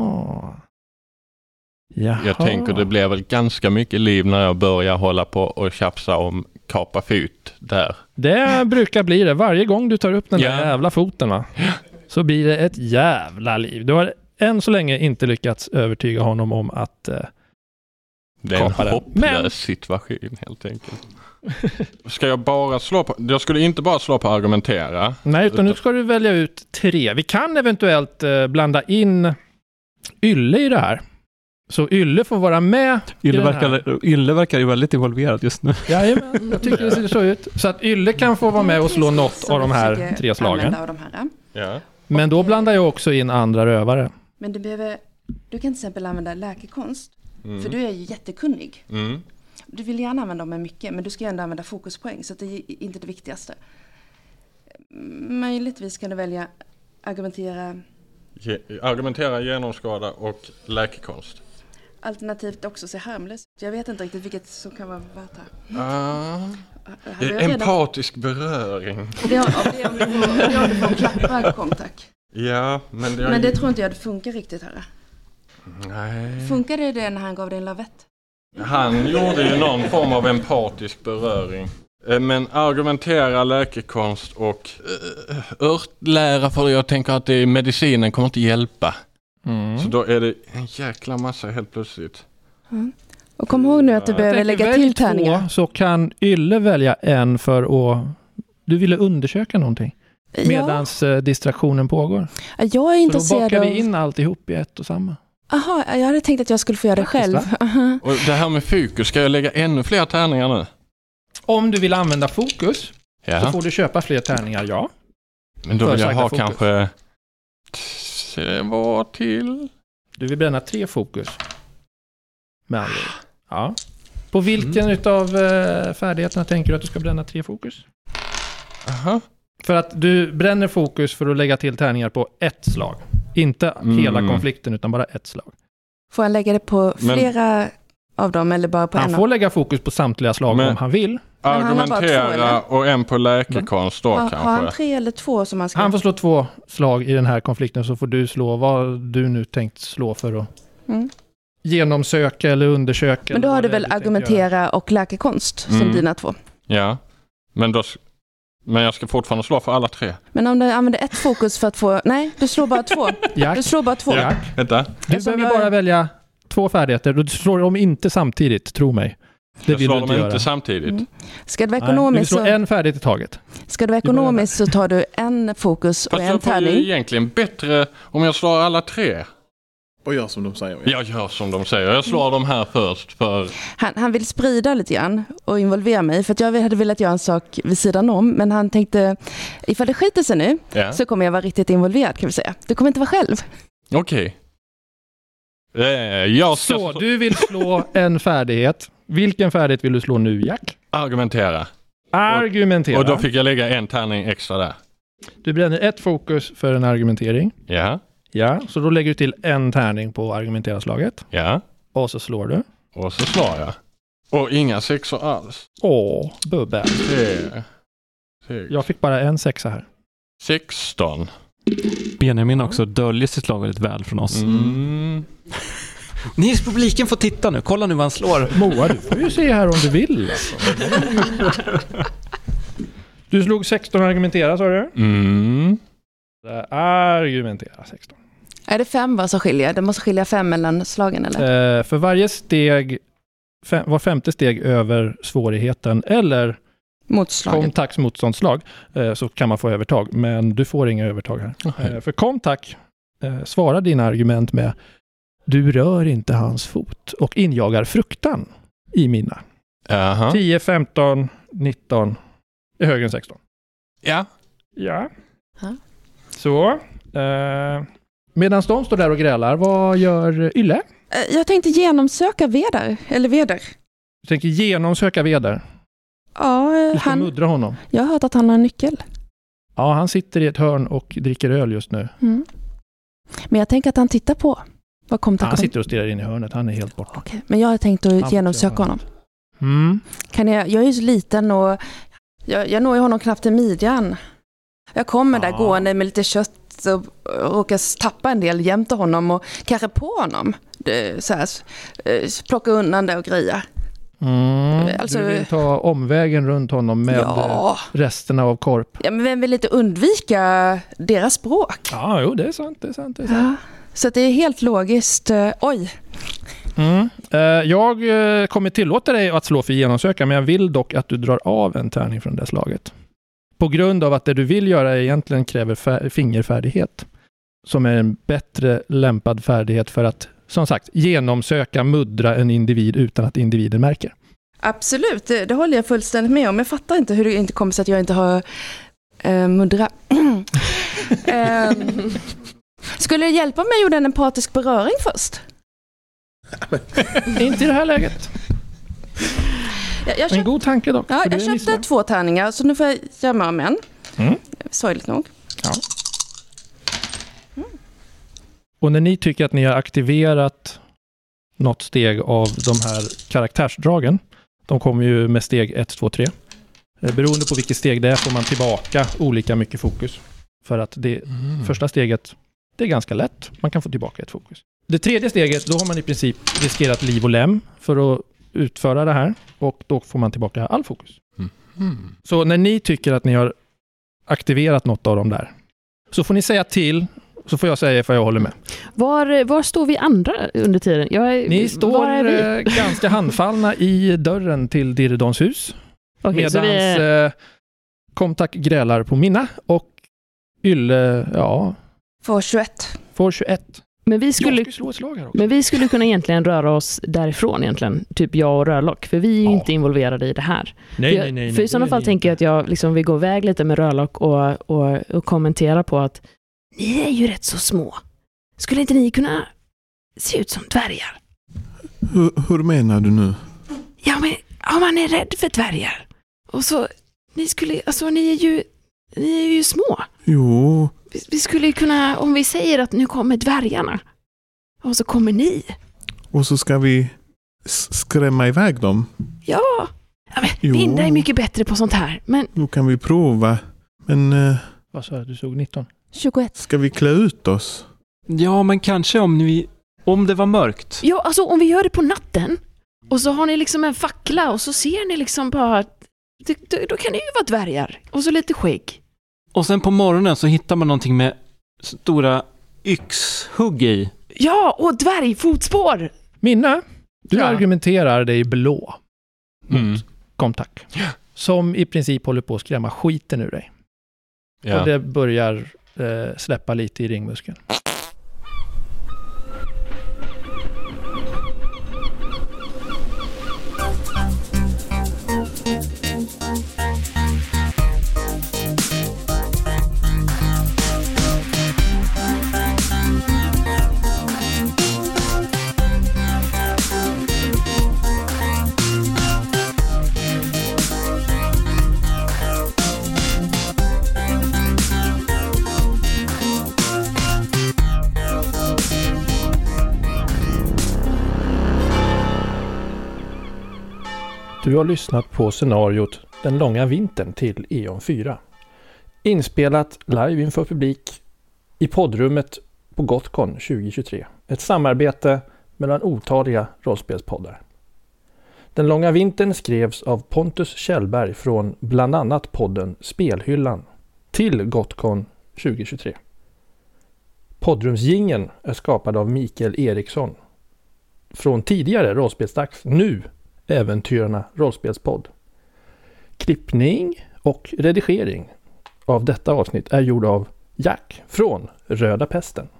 Jaha. Jag tänker det blev väl ganska mycket liv när jag börjar hålla på och tjafsa om kapa fot där. Det brukar bli det. Varje gång du tar upp den där jävla foten, va? Så blir det ett jävla liv. Du har än så länge inte lyckats övertyga honom om att det är en hopplös situation helt enkelt. Ska jag bara slå på... Jag skulle inte bara slå på argumentera. Nej, utan nu ska du välja ut 3. Vi kan eventuellt blanda in Ylle i det här. Så Ylle får vara med. Ylle verkar ju väldigt involverad just nu. Jajamän, jag tycker det ser så ut. Så att Ylle kan få vara med och slå något av de här 3 slagen. Ja. Men då blandar jag också in andra rövare. Men du kan till exempel använda läkekonst. För du är ju jättekunnig. Du vill gärna använda dem mycket, men du ska ju ändå använda fokuspoäng. Så det är inte det viktigaste. Möjligtvis kan du välja Argumentera, genomskada och läkekonst. Alternativt också se harmlös. Jag vet inte riktigt vilket som kan vara värt här. Empatisk beröring. Det är om du får klappa kontakt. Ja, men det tror inte jag det funkar riktigt här. Nej. Funkar det när han gav dig en lavett? Han gjorde ju någon form av empatisk beröring. Men argumentera, läkekonst och örtlära, för jag tänker att medicinen kommer inte hjälpa. Så då är det en jäkla massa helt plötsligt. Och kom ihåg nu att du behöver lägga till tärningar. Så kan Ylle välja en för att du ville undersöka någonting. Medans distraktionen pågår. Jag är intresserad så då bakar vi in alltihop i ett och samma. Aha, jag hade tänkt att jag skulle få göra det själv. Och det här med fokus, ska jag lägga ännu fler tärningar nu? Om du vill använda fokus så får du köpa fler tärningar, ja. Men då vill jag ha kanske vad till? Du vill bränna 3 fokus. Med ja. På vilken utav färdigheterna tänker du att du ska bränna 3 fokus? Aha. För att du bränner fokus för att lägga till tärningar på ett slag. Inte hela konflikten utan bara ett slag. Får han lägga det på flera av dem eller bara på en? Han får lägga fokus på samtliga slag om han vill. Argumentera och en på läkekonst då kanske. Har han 3 eller 2 som han ska? Han får slå 2 slag i den här konflikten, så får du slå vad du nu tänkt slå för att genomsöka eller undersöka. Men då har du väl argumentera och läkekonst som dina 2? Ja, men jag ska fortfarande slå för alla 3. Men om du använder ett fokus för att få... Nej, du slår bara 2. Du slår bara 2. Vänta. Du behöver bara välja 2 färdigheter. Du slår dem inte samtidigt, tro mig. Jag slår dem inte samtidigt. Ska det vara ekonomiskt så... Du slår en färdighet i taget. Ska det vara ekonomiskt så tar du en fokus och en tärning. Det är egentligen bättre om jag slår alla 3. Och gör som de säger. Jag gör som de säger. Jag slår dem här först. För... Han vill sprida lite grann och involvera mig. För att jag hade velat göra en sak vid sidan om. Men han tänkte, ifall det skiter sig nu så kommer jag vara riktigt involverad, kan vi säga. Du kommer inte vara själv. Okej. Så du vill slå en färdighet. Vilken färdighet vill du slå nu, Jack? Argumentera. Och då fick jag lägga en tärning extra där. Du bränner 1 fokus för en argumentering. Ja, så då lägger du till en tärning på argumenteraslaget. Ja. Och så slår du. Och så slår jag. Och inga 6or alls. Bubbel. Jag fick bara en 6 här. 16. Benjamin också döljer sitt slag väldigt väl från oss. Ni i publiken får titta nu. Kolla nu vad han slår. Moa, du får ju se här om du vill. Alltså. Du slog 16 argumentera, sa du? Argumentera 16. Är det 5 vad som skiljer? Det måste skilja 5 mellan slagen, eller? För varje steg, var 5:e steg över svårigheten eller kontaktsmotståndsslag så kan man få övertag. Men du får inga övertag här. För kontakt svarar dina argument med du rör inte hans fot och injagar fruktan i mina. 10, 15, 19 är högre än 16. Ja. Så. Medan de står där och grälar, vad gör Ylle? Jag tänkte genomsöka Veder. Du tänker genomsöka Veder? Ja, du ska muddra honom. Jag har hört att han har en nyckel. Ja, han sitter i ett hörn och dricker öl just nu. Men jag tänker att han tittar på. Han sitter och stirrar in i hörnet, han är helt borta. Okay. Men jag har tänkt att genomsöka honom. Jag är ju så liten och jag når ju honom knappt i midjan. Jag kommer där gående med lite kött och råkar tappa en del jämte honom och kanske på honom. Så här, plocka undan det och greja. Alltså, du vill ta omvägen runt honom med resterna av korp. Ja, men vem vill inte undvika deras språk? Ja, jo, det är sant. Ja, så det är helt logiskt. Oj. Jag kommer tillåta dig att slå för genomsöka, men jag vill dock att du drar av en tärning från det slaget. På grund av att det du vill göra egentligen kräver fingerfärdighet. Som är en bättre lämpad färdighet för att som sagt, genomsöka, muddra en individ utan att individen märker. Absolut, det håller jag fullständigt med om. Jag fattar inte hur det inte kommer sig att jag inte har muddra. Skulle det hjälpa mig att göra en empatisk beröring först? Inte i det här läget. En god tanke dock. Ja, jag köpte 2 tärningar, så nu får jag göra med om en. Sorgligt nog. Ja. Och när ni tycker att ni har aktiverat något steg av de här karaktärsdragen, de kommer ju med steg 1, 2, 3. Beroende på vilket steg det är får man tillbaka olika mycket fokus. För att det första steget, det är ganska lätt. Man kan få tillbaka ett fokus. Det tredje steget, då har man i princip riskerat liv och lem för att utföra det här. Och då får man tillbaka all fokus. Så när ni tycker att ni har aktiverat något av dem där, så får ni säga till, så får jag säga ifall jag håller med. Var står vi andra under tiden? Ni står ganska handfallna i dörren till Diridons hus. Okay, medans Komtak grälar på Minna och Ylle, får 21. Får 21. Men vi skulle kunna egentligen röra oss därifrån egentligen. Typ jag och Rödlock. För vi är inte involverade i det här. Nej. För i sådana fall tänker jag att jag liksom vill gå iväg lite med Rödlock och kommentera på att ni är ju rätt så små. Skulle inte ni kunna se ut som dvärgar? Hur menar du nu? Ja, men om man är rädd för dvärgar. Och så, ni är ju små. Jo. Vi skulle kunna, om vi säger att nu kommer dvärgarna. Och så kommer ni. Och så ska vi skrämma iväg dem. Ja men Vinda är mycket bättre på sånt här. Men då kan vi prova. Men vad sa du, såg 19? 21. Ska vi klä ut oss? Ja, men kanske om det var mörkt. Ja, alltså om vi gör det på natten. Och så har ni liksom en fackla. Och så ser ni liksom bara, då kan ni ju vara dvärgar. Och så lite skägg. Och sen på morgonen så hittar man någonting med stora yxhugg i. Ja, och dvärgfotspår. Minna, du argumenterar dig blå mot Komtak. Som i princip håller på att skrämma skiten ur dig. Ja. Och det börjar släppa lite i ringmuskeln. Du har lyssnat på scenariot Den långa vintern till Eon 4. Inspelat live inför publik i poddrummet på Gotcon 2023. Ett samarbete mellan otaliga rollspelspoddar. Den långa vintern skrevs av Pontus Kjellberg från bland annat podden Spelhyllan till Gotcon 2023. Poddrumsjingeln är skapad av Mikael Eriksson från tidigare rollspelsdags, nu Äventyrarna rollspelspodd. Klippning och redigering av detta avsnitt är gjord av Jack från Röda Pesten.